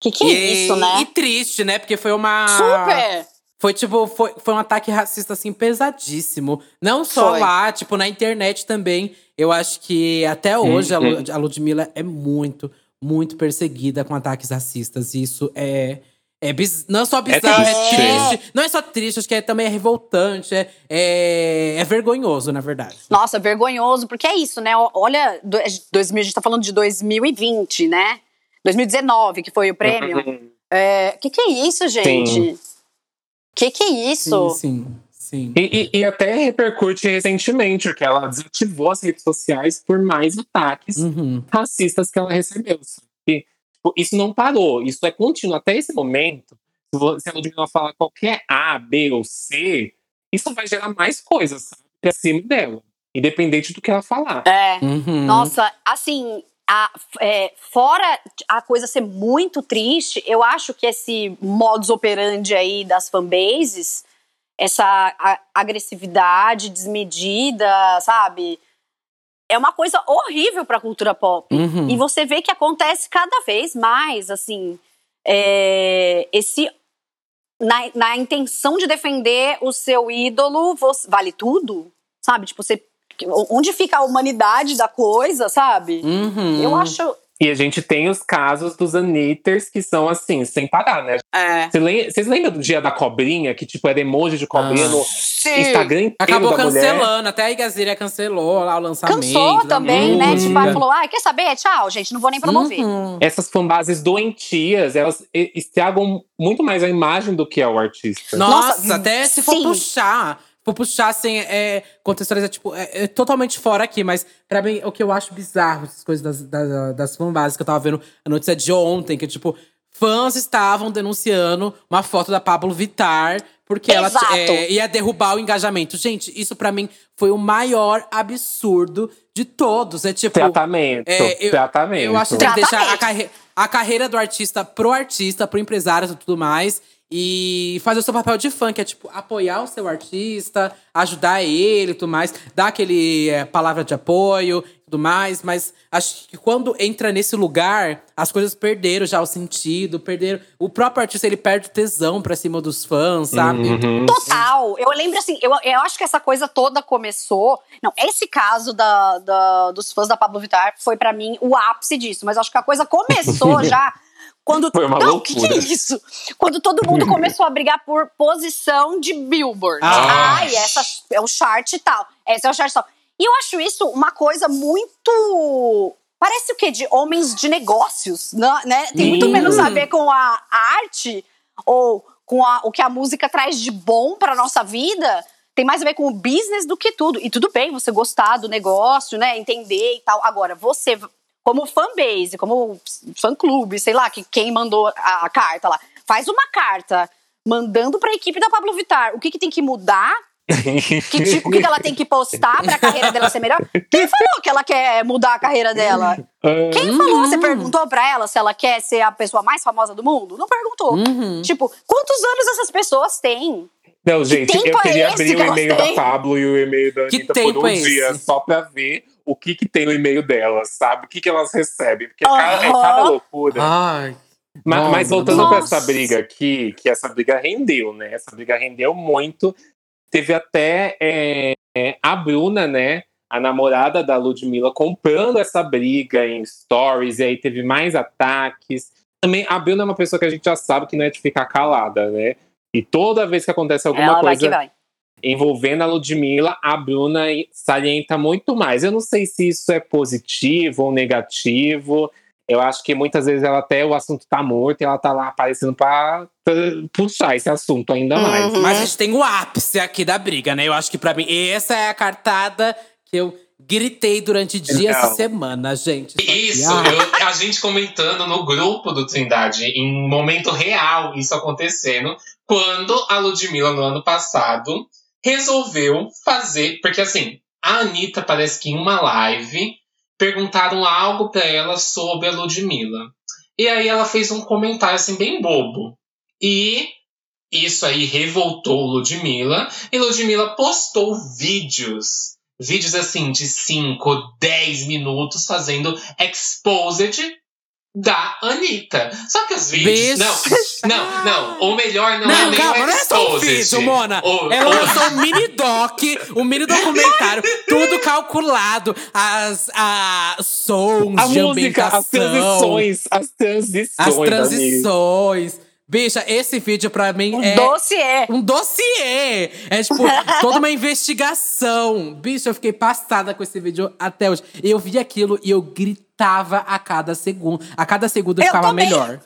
E: Que é isso, né?
B: E triste, né? Porque foi uma…
E: Super!
B: Foi um ataque racista, assim, pesadíssimo. Não só lá, tipo, na internet também. Eu acho que até hoje a Ludmilla é muito, muito perseguida com ataques racistas. E isso não é só bizarro, é triste. Não é só triste, acho que também é revoltante. É vergonhoso, na verdade.
E: Nossa, vergonhoso, porque é isso, né? Olha, a gente tá falando de 2020, né? 2019, que foi o prêmio. Que é isso, gente?
C: Sim.
E: Que é isso?
B: Sim.
C: E até repercute recentemente, porque ela desativou as redes sociais por mais ataques racistas que ela recebeu. E, isso não parou, isso é contínuo. Até esse momento, se a Ludmilla falar qualquer A, B ou C, isso vai gerar mais coisas, sabe? Acima dela. Independente do que ela falar.
E: Nossa, assim… fora a coisa ser muito triste, eu acho que esse modus operandi aí das fanbases, essa agressividade desmedida, sabe? É uma coisa horrível pra cultura pop. E você vê que acontece cada vez mais, assim, na intenção de defender o seu ídolo, vale tudo, sabe? Tipo, onde fica a humanidade da coisa, sabe? Eu acho…
C: E a gente tem os casos dos Anitters que são assim, sem parar, né? Vocês lembram do dia da cobrinha? Que tipo, era emoji de cobrinha no Instagram inteiro
B: acabou
C: da
B: cancelando,
C: mulher.
B: até a Igazira cancelou lá o lançamento.
E: Cansou também, né? Tipo, ela falou, quer saber? Tchau, gente, não vou nem promover.
C: Essas fanbases doentias, elas estragam muito mais a imagem do que é o artista.
B: Nossa, até se for puxar, assim, contextualizar, tipo, é totalmente fora aqui. Mas, pra mim, o que eu acho bizarro, essas coisas das fanbases, que eu tava vendo a notícia de ontem, que, tipo, fãs estavam denunciando uma foto da Pablo Vittar, porque ela ia derrubar o engajamento. Gente, isso pra mim foi o maior absurdo de todos. É tipo…
C: Tratamento.
B: Eu acho que tem que deixar a carreira do artista, pro empresário e tudo mais. E fazer o seu papel de fã, que é tipo, apoiar o seu artista, ajudar ele e tudo mais, dar aquele palavra de apoio e tudo mais. Mas acho que quando entra nesse lugar, as coisas perderam já o sentido, o próprio artista, ele perde o tesão pra cima dos fãs, sabe?
E: Total! Eu lembro assim, eu acho que essa coisa toda começou… Não, esse caso dos fãs da Pablo Vittar foi pra mim o ápice disso. Mas acho que a coisa começou já…
C: Foi uma loucura.
E: O que é isso? Quando todo mundo começou a brigar por posição de Billboard. Essa é o chart e tal. Esse é o chart e tal. E eu acho isso uma coisa muito… Parece o quê? De homens de negócios, né? Tem muito menos a ver com a arte ou com o que a música traz de bom pra nossa vida. Tem mais a ver com o business do que tudo. E tudo bem você gostar do negócio, né? Entender e tal. Agora, você… como fanbase, como fã-clube, sei lá, quem mandou a carta lá. Faz uma carta mandando pra equipe da Pablo Vittar. O que tem que mudar? O que ela tem que postar pra carreira dela ser melhor? Quem falou que ela quer mudar a carreira dela? Quem falou? Você perguntou pra ela se ela quer ser a pessoa mais famosa do mundo? Não perguntou. Tipo, quantos anos essas pessoas têm?
C: Não, gente, eu queria abrir o e-mail da Pablo e o e-mail da Anitta por um dia, só pra ver o que tem no e-mail delas, sabe? O que elas recebem. Porque é cada loucura. Mas voltando pra essa briga aqui, que essa briga rendeu, né? Essa briga rendeu muito. Teve até a Bruna, né? A namorada da Ludmilla, comprando essa briga em stories. E aí teve mais ataques. Também, a Bruna é uma pessoa que a gente já sabe que não é de ficar calada, né? E toda vez que acontece alguma coisa envolvendo a Ludmilla, a Bruna salienta muito mais. Eu não sei se isso é positivo ou negativo. Eu acho que muitas vezes o assunto tá morto e ela tá lá aparecendo pra puxar esse assunto ainda mais.
B: Mas a gente tem o ápice aqui da briga, né? Eu acho que pra mim, essa é a cartada que eu gritei durante dias e semanas, gente.
D: Isso, a gente comentando no grupo do Trindade, em momento real, isso acontecendo, quando a Ludmilla, no ano passado, resolveu fazer… Porque assim, a Anitta parece que em uma live perguntaram algo pra ela sobre a Ludmilla. E aí ela fez um comentário assim, bem bobo. E isso aí revoltou Ludmilla. E Ludmilla postou vídeos assim de 5, 10 minutos fazendo exposed da Anitta. Só que os vídeos… Não. O melhor não é nem
B: calma,
D: o
B: não é só um vídeo, Mona. Ela lançou um mini doc, um mini documentário, tudo calculado. As sons
C: A
B: de
C: música,
B: ambientação.
C: as
B: transições. Bicha, esse vídeo pra mim
E: dossiê.
B: Um dossiê! É tipo, toda uma investigação. Bicha, eu fiquei passada com esse vídeo até hoje. Eu vi aquilo e eu gritava a cada segundo. A cada segundo eu ficava
E: também.
B: melhor.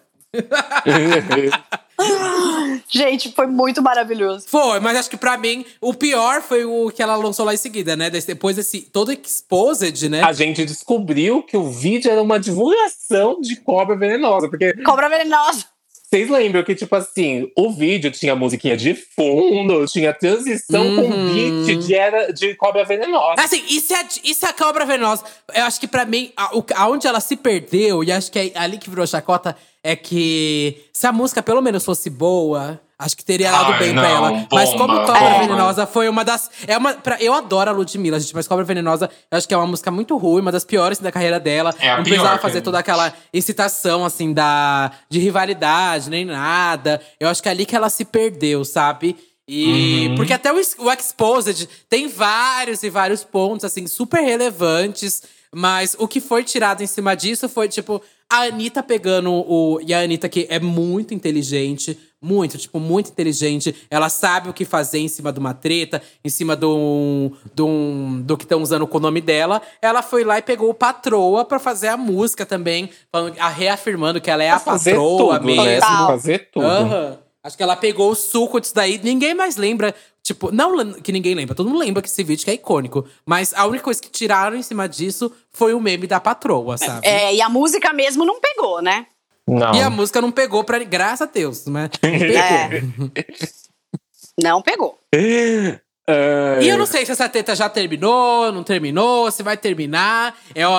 E: Gente, foi muito maravilhoso.
B: Foi, mas acho que pra mim, o pior foi o que ela lançou lá em seguida, né? Depois desse todo exposed, né?
C: A gente descobriu que o vídeo era uma divulgação de Cobra Venenosa. Porque
E: Cobra Venenosa.
C: vocês lembram que, tipo assim, o vídeo tinha musiquinha de fundo, tinha transição com beat de Cobra Venenosa.
B: Assim, e se a Cobra Venenosa… Eu acho que pra mim, aonde ela se perdeu, e acho que é ali que virou chacota, é que se a música pelo menos fosse boa… Acho que teria dado bem pra ela.
D: Bomba,
B: mas como Cobra Venenosa foi uma das… eu adoro a Ludmilla, gente. Mas Cobra Venenosa, eu acho que é uma música muito ruim. Uma das piores da carreira dela.
D: Não
B: precisava fazer toda aquela incitação, assim, de rivalidade, nem nada. Eu acho que é ali que ela se perdeu, sabe? E… Porque até o Exposed tem vários e vários pontos, assim, super relevantes. Mas o que foi tirado em cima disso foi, tipo… A Anitta pegando E a Anitta, que é muito inteligente. Muito inteligente. Ela sabe o que fazer em cima de uma treta, em cima do que estão usando com o nome dela. Ela foi lá e pegou o Patroa pra fazer a música também, reafirmando que ela é a patroa mesmo.
C: Né? Fazer tudo.
B: Acho que ela pegou o suco disso daí. Ninguém mais lembra. Tipo, não que ninguém lembra. Todo mundo lembra que esse vídeo que é icônico. Mas a única coisa que tiraram em cima disso foi o meme da patroa, sabe?
E: E a música mesmo não pegou, né?
C: Não.
B: E a música não pegou graças a Deus, né? Não pegou.
E: Não pegou.
B: E eu não sei se essa treta já terminou, não terminou, se vai terminar.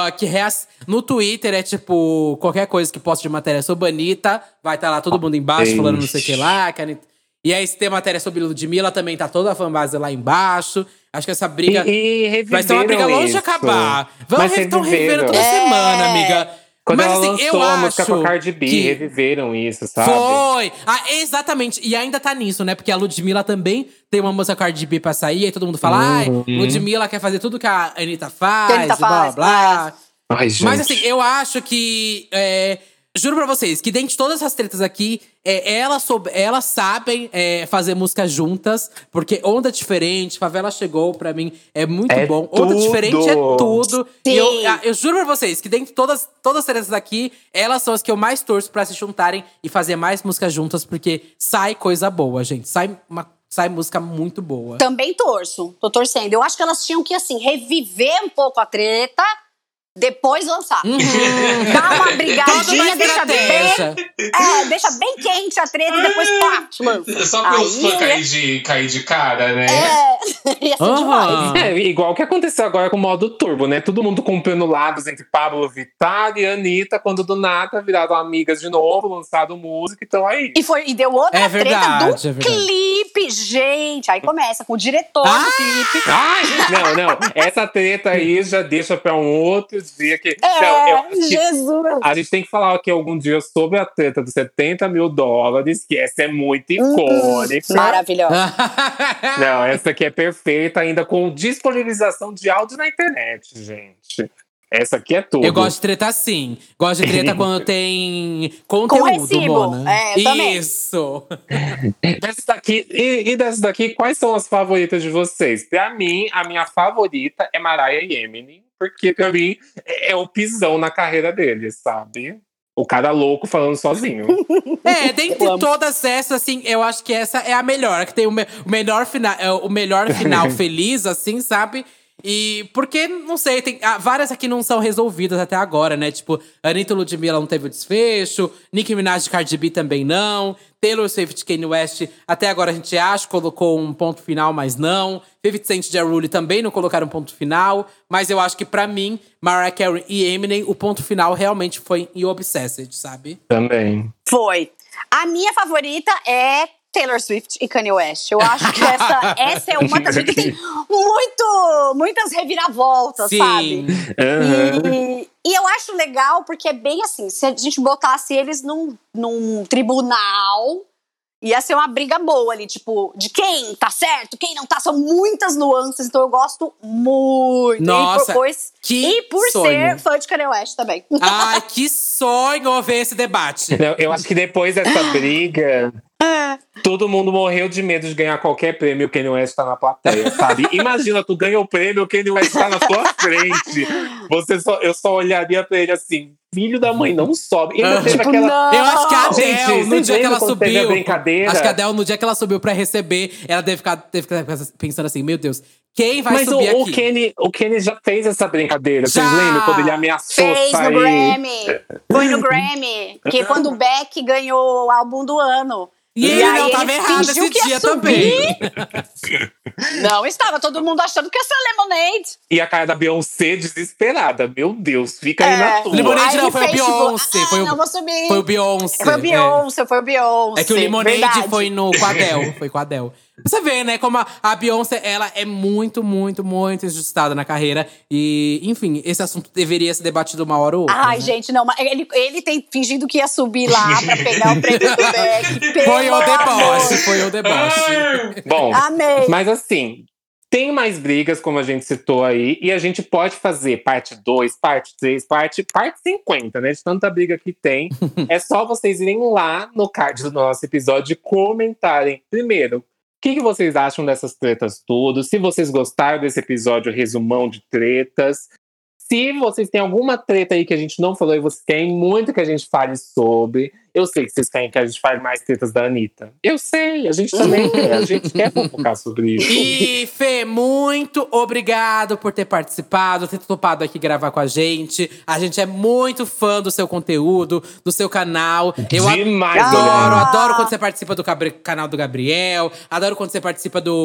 B: No Twitter é tipo, qualquer coisa que poste de matéria sobre a Anitta, vai estar lá todo mundo embaixo falando não sei o que lá. E aí, se tem matéria sobre Ludmilla, também tá toda a fanbase lá embaixo. Acho que essa briga vai ser uma briga longe de acabar. Estão revivendo toda semana, amiga.
C: Quando
B: Mas
C: ela
B: assim,
C: lançou a música com a Cardi B, reviveram isso, sabe?
B: Foi! Exatamente. E ainda tá nisso, né? Porque a Ludmilla também tem uma música com a Cardi B pra sair. Aí todo mundo fala, Ludmilla quer fazer tudo que a Anitta faz, blá, blá.
C: Ai, gente.
B: Mas assim, eu acho que… juro pra vocês, que dentre todas essas tretas aqui, elas sabem fazer música juntas. Porque Onda Diferente, Favela Chegou, pra mim, é muito bom. Onda Diferente é tudo.
E: Sim.
B: E eu juro pra vocês que dentre todas as tretas aqui, elas são as que eu mais torço pra se juntarem e fazer mais músicas juntas. Porque sai coisa boa, gente. Sai música muito boa.
E: Também torço. Tô torcendo. Eu acho que elas tinham que, assim, reviver um pouco a treta… Depois lançar. Dá uma brigadinha, deixa bem quente a treta e depois pá, lança.
D: Só para os fãs cair de cara, né?
E: Ia ser demais.
C: Igual o que aconteceu agora com o modo turbo, né? Todo mundo comprando lados entre Pablo Vittar e Anitta, quando do nada viraram amigas de novo, lançado música, então aí.
E: E deu outra treta do clipe, gente. Aí começa com o diretor do clipe.
C: Ai, não. Essa treta aí já deixa pra um outro dia que…
E: Jesus!
C: A gente tem que falar aqui algum dia sobre a treta dos $70 mil, que essa é muito icônica.
E: Maravilhosa.
C: Não, essa aqui é perfeita, ainda com disponibilização de áudio na internet, gente. Essa aqui é tudo.
B: Eu gosto de treta assim. Gosto de treta quando tem conteúdo,
E: com recibo.
B: Mona.
E: Eu também.
B: Isso!
C: Dessas daqui, quais são as favoritas de vocês? Pra mim, a minha favorita é Mariah e Eminem. Porque, pra mim, é o pisão na carreira deles, sabe? O cara louco falando sozinho.
B: Dentre todas essas, assim, eu acho que essa é a melhor. Que tem o melhor final feliz, assim, sabe? E porque, não sei, tem várias aqui não são resolvidas até agora, né? Tipo, Anitta e Ludmilla não teve o desfecho. Nicki Minaj e Cardi B também não. Taylor Swift e Kanye West, até agora a gente acha, colocou um ponto final, mas não. 50 Cent e Ja Rule também não colocaram um ponto final. Mas eu acho que, pra mim, Mariah Carey e Eminem, o ponto final realmente foi em Obsessed, sabe?
C: Também.
E: Foi. A minha favorita é Taylor Swift e Kanye West. Eu acho que essa é uma das que tem muitas reviravoltas,
B: Sim.
E: sabe? E eu acho legal porque é bem assim, se a gente botasse eles num tribunal, ia ser uma briga boa ali, tipo, de quem tá certo, quem não tá. São muitas nuances, então eu gosto muito.
B: Nossa,
E: e por
B: sonho.
E: ser fã de Kanye West também.
B: Ai, que sonho ver esse debate.
C: Não, eu acho que depois dessa briga, todo mundo morreu de medo de ganhar qualquer prêmio. O Kanye West tá na plateia, sabe? Imagina, tu ganha o prêmio, o Kanye West tá na tua frente. Eu só olharia pra ele assim, filho da mãe, não sobe. E ainda teve
E: Tipo,
C: aquela…
E: não.
B: Eu acho que a Adele,
C: Gente,
B: no dia que ela
C: quando teve a
B: subiu.
C: brincadeira?
B: Acho que a Adele, no dia que ela subiu pra receber, ela deve ficar pensando assim: meu Deus, quem vai subir aqui?
C: O Kenny já fez essa brincadeira.
B: Já!
C: Vocês lembram quando ele ameaçou
E: Fez
C: sair?
E: no Grammy. Foi no Grammy. Que quando o Beck ganhou o álbum do ano.
B: E ele
E: aí
B: não tava errado
E: fingiu
B: esse
E: que ia
B: dia
E: subir.
B: também.
E: Não estava, todo mundo achando que ia ser Lemonade.
C: E a cara da Beyoncé desesperada. Meu Deus, fica aí na tua.
B: Lemonade
E: Aí
B: não,
E: ele
B: foi o
E: fez,
B: Beyoncé.
E: tipo,
B: Foi
E: não vou subir.
B: Foi o Beyoncé.
E: Foi o Beyoncé, foi o Beyoncé.
B: É que o Lemonade
E: verdade.
B: foi com a Adele. Foi com a Adele. Você vê, né, como a Beyoncé, ela é muito, muito, muito injustiçada na carreira. E, enfim, esse assunto deveria ser debatido uma hora ou outra.
E: Ai,
B: né?
E: gente, não, mas ele tem fingindo que ia subir lá pra pegar o prêmio do Beck.
B: Foi o deboche,
E: amor.
B: foi o deboche.
C: Bom,
E: Amei.
C: mas assim, tem mais brigas, como a gente citou aí. E a gente pode fazer parte 2, parte 3, parte 50, né? De tanta briga que tem. É só vocês irem lá no card do nosso episódio e comentarem. Primeiro, o que vocês acham dessas tretas todas? Se vocês gostaram desse episódio, resumão de tretas. Se vocês têm alguma treta aí que a gente não falou e vocês querem muito que a gente fale sobre. Eu sei que vocês querem que a gente fale mais tretas da Anitta. Eu sei, a gente também quer. A gente quer fofocar sobre isso.
B: E, Fê, muito obrigado por ter participado, ter topado aqui gravar com a gente. A gente é muito fã do seu conteúdo, do seu canal. Eu
C: Demais,
B: adoro quando você participa do canal do Gabriel. Adoro quando você participa de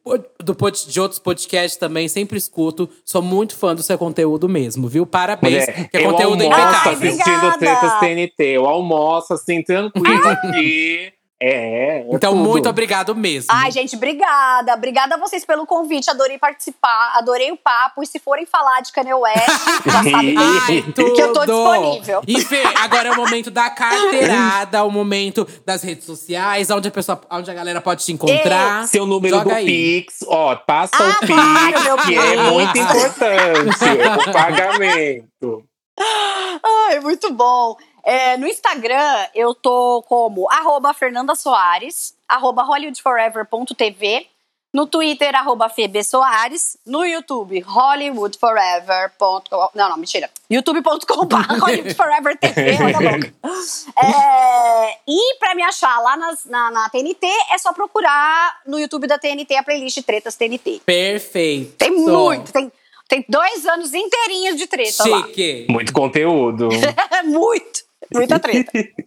B: outros podcasts também. Sempre escuto. Sou muito fã do seu conteúdo mesmo, viu? Parabéns.
C: Mulher,
B: que é conteúdo impecável.
C: assistindo tretas TNT. Eu almoço assim, tranquilo aqui.
B: Então,
C: tudo.
B: muito obrigado mesmo.
E: Ai, gente, obrigada. Obrigada a vocês pelo convite. Adorei participar, adorei o papo. E se forem falar de Kanye West, já sabem que eu tô disponível.
B: E Fê, agora é o momento da carteirada, o momento das redes sociais, onde a galera pode te encontrar.
C: Seu número
B: Joga
C: do
B: aí.
C: Pix, ó, passa o Pix,
E: claro, meu
C: que é
E: Pix.
C: muito importante. O pagamento.
E: Ai, muito bom. No Instagram, eu tô como @FernandaSoares, @HollywoodForever.tv, no Twitter, @FebeSoares, no YouTube, HollywoodForever.com. Não, mentira. youtube.com/HollywoodForeverTV, olha a boca. E pra me achar lá na TNT, é só procurar no YouTube da TNT a playlist Tretas TNT.
B: Perfeito.
E: Tem muito, tem 2 anos inteirinhos de treta lá.
B: Chique.
C: Muito conteúdo.
E: Muita treta.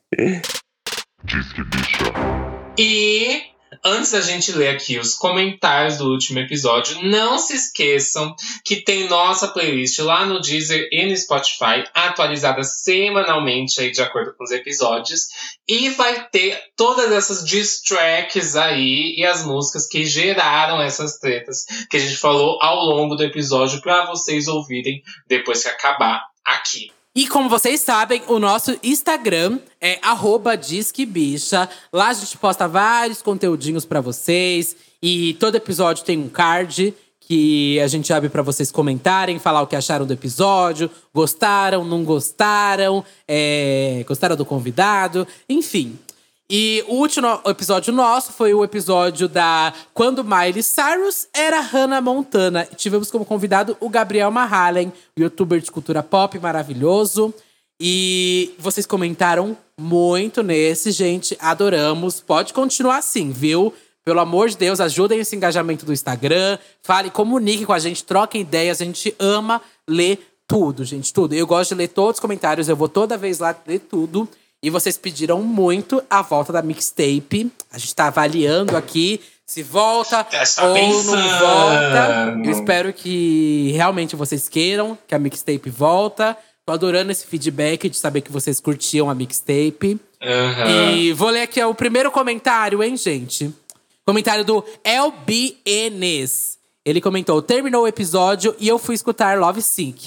D: E antes da gente ler aqui os comentários do último episódio, não se esqueçam que tem nossa playlist lá no Deezer e no Spotify, atualizada semanalmente aí de acordo com os episódios. E vai ter todas essas diss tracks aí e as músicas que geraram essas tretas que a gente falou ao longo do episódio para vocês ouvirem depois que acabar aqui.
B: E como vocês sabem, o nosso Instagram é @disquebicha. Lá a gente posta vários conteúdinhos pra vocês. E todo episódio tem um card que a gente abre pra vocês comentarem, falar o que acharam do episódio. Gostaram, não gostaram, gostaram do convidado, enfim. E o último episódio nosso foi o episódio da Quando Miley Cyrus era Hannah Montana. E tivemos como convidado o Gabriel Mahalen, youtuber de cultura pop maravilhoso. E vocês comentaram muito nesse, gente. Adoramos. Pode continuar assim, viu? Pelo amor de Deus, ajudem esse engajamento do Instagram. Fale, comunique com a gente, troquem ideias. A gente ama ler tudo, gente, tudo. Eu gosto de ler todos os comentários. Eu vou toda vez lá ler tudo. E vocês pediram muito a volta da mixtape. A gente tá avaliando aqui se volta ou não volta. Eu espero que realmente vocês queiram que a mixtape volta. Tô adorando esse feedback de saber que vocês curtiam a mixtape. E vou ler aqui o primeiro comentário, hein, gente? Comentário do LBNs. Ele comentou: terminou o episódio e eu fui escutar Love Sick.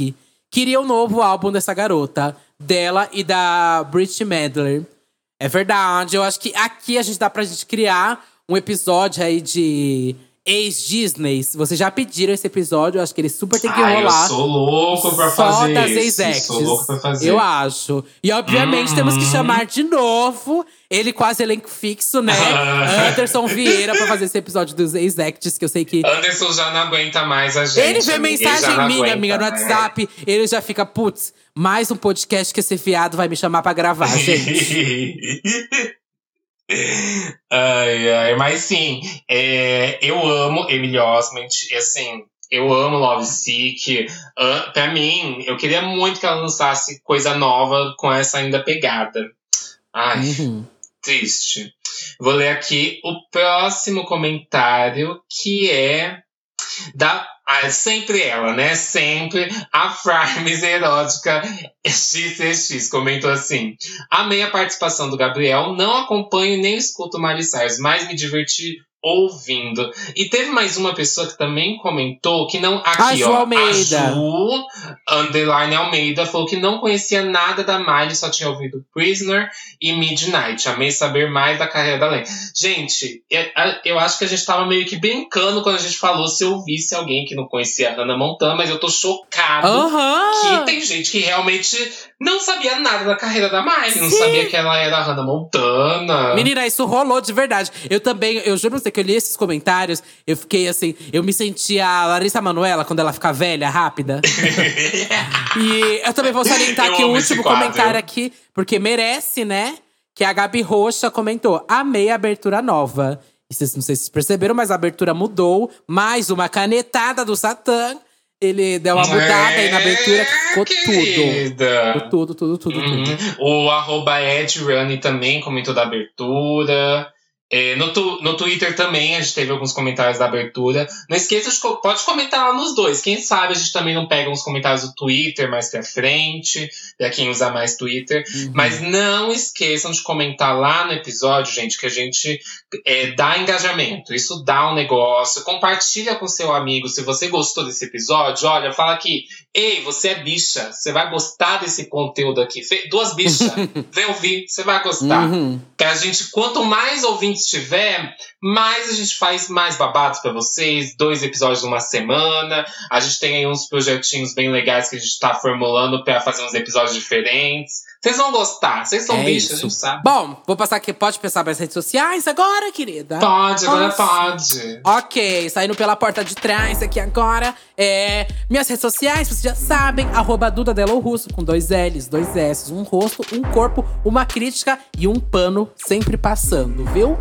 B: queria o novo álbum dessa garota. Dela e da Brit Midler. É verdade, eu acho que aqui a gente dá pra gente criar um episódio aí de ex-Disney. Vocês já pediram esse episódio, eu acho que ele super tem que rolar.
D: Eu sou louco pra fazer
B: das
D: isso.
B: ex-acts,
D: Sou louco pra fazer.
B: eu acho. E obviamente temos que chamar de novo ele quase elenco fixo, né? Anderson Vieira pra fazer esse episódio dos ex-acts, que eu sei que…
D: Anderson já não aguenta mais a gente.
B: Ele vê mensagem minha, amiga, no WhatsApp. Ele já fica, putz, mais um podcast que esse viado vai me chamar pra gravar, gente.
D: Mas sim, eu amo Emily Osment, assim, eu amo Lovesick. Pra mim, eu queria muito que ela lançasse coisa nova com essa ainda pegada. Ai, triste. Vou ler aqui o próximo comentário, que é sempre ela, né? Sempre a Frames erótica XCX comentou assim: amei a participação do Gabriel, não acompanho nem escuto Miley Cyrus, mas me diverti ouvindo. E teve mais uma pessoa que também comentou que não… Aqui,
B: a Ju Almeida.
D: A Ju _ Almeida falou que não conhecia nada da Miley, só tinha ouvido Prisoner e Midnight. Amei saber mais da carreira da Lane. Gente, eu acho que a gente tava meio que brincando quando a gente falou se eu visse alguém que não conhecia a Hannah Montana, mas eu tô chocado que tem gente que realmente não sabia nada da carreira da Miley. Não sabia que ela era a Hannah Montana.
B: Menina, isso rolou de verdade. Eu também, eu juro pra você que eu li esses comentários, eu fiquei assim, eu me senti a Larissa Manoela quando ela fica velha, rápida. E eu também vou salientar aqui o último comentário aqui, porque merece, né? Que a Gabi Rocha comentou: amei a abertura nova. E vocês, não sei se vocês perceberam, mas a abertura mudou. Mais uma canetada do Satã. Ele deu uma mudada aí na abertura que ficou tudo.
D: O @EdRunny também comentou da abertura. No Twitter também a gente teve alguns comentários da abertura. Não esqueça pode comentar lá nos dois. Quem sabe a gente também não pega uns comentários do Twitter mais pra frente, pra quem usa mais Twitter. Mas não esqueçam de comentar lá no episódio, gente, que a gente dá engajamento. Isso dá um negócio. Compartilha com seu amigo. Se você gostou desse episódio, olha, fala aqui: ei, você é bicha, você vai gostar desse conteúdo aqui. Duas bichas, vem ouvir, você vai gostar. Que a gente, quanto mais ouvintes tiver, mais a gente faz mais babados pra vocês. 2 episódios numa semana. A gente tem aí uns projetinhos bem legais que a gente tá formulando pra fazer uns episódios diferentes. Vocês vão gostar, vocês são bichos, a gente sabe.
B: Bom, vou passar aqui, pode pensar nas redes sociais agora, querida?
D: Pode, agora pode.
B: Ok, saindo pela porta de trás aqui agora. Minhas redes sociais, vocês já sabem, @DudaDeloRusso, com 2 L's, 2 S, um rosto, um corpo, uma crítica e um pano sempre passando, viu?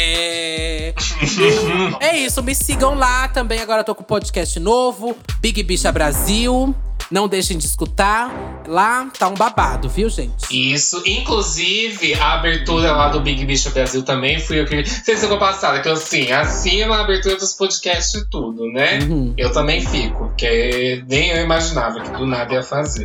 B: É isso, me sigam lá também. Agora eu tô com um podcast novo, Big Bicha Brasil. Não deixem de escutar. Lá tá um babado, viu, gente?
D: Isso. Inclusive, a abertura lá do Big Bicha Brasil também fui eu que… Vocês ficou passada, que eu assim, assino a abertura dos podcasts e tudo, né? Eu também fico, porque nem eu imaginava que do nada ia fazer.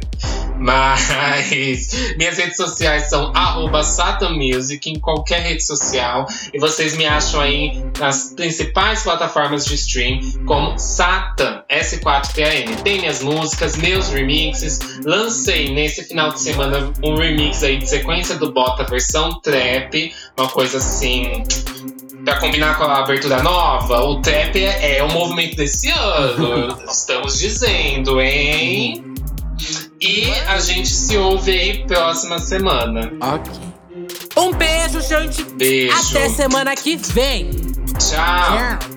D: Mas minhas redes sociais são @SatanMusic em qualquer rede social. E vocês me acham aí nas principais plataformas de stream como Satan, S4TAN. Tem minhas músicas, meus remixes. Lancei nesse final de semana um remix aí de Sequência do Bota, versão trap. Uma coisa assim… Pra combinar com a abertura nova, o trap é o movimento desse ano. Estamos dizendo, hein? E a gente se ouve aí próxima semana.
B: Ok. Um beijo, gente.
D: Beijo.
B: Até semana que vem.
D: Tchau.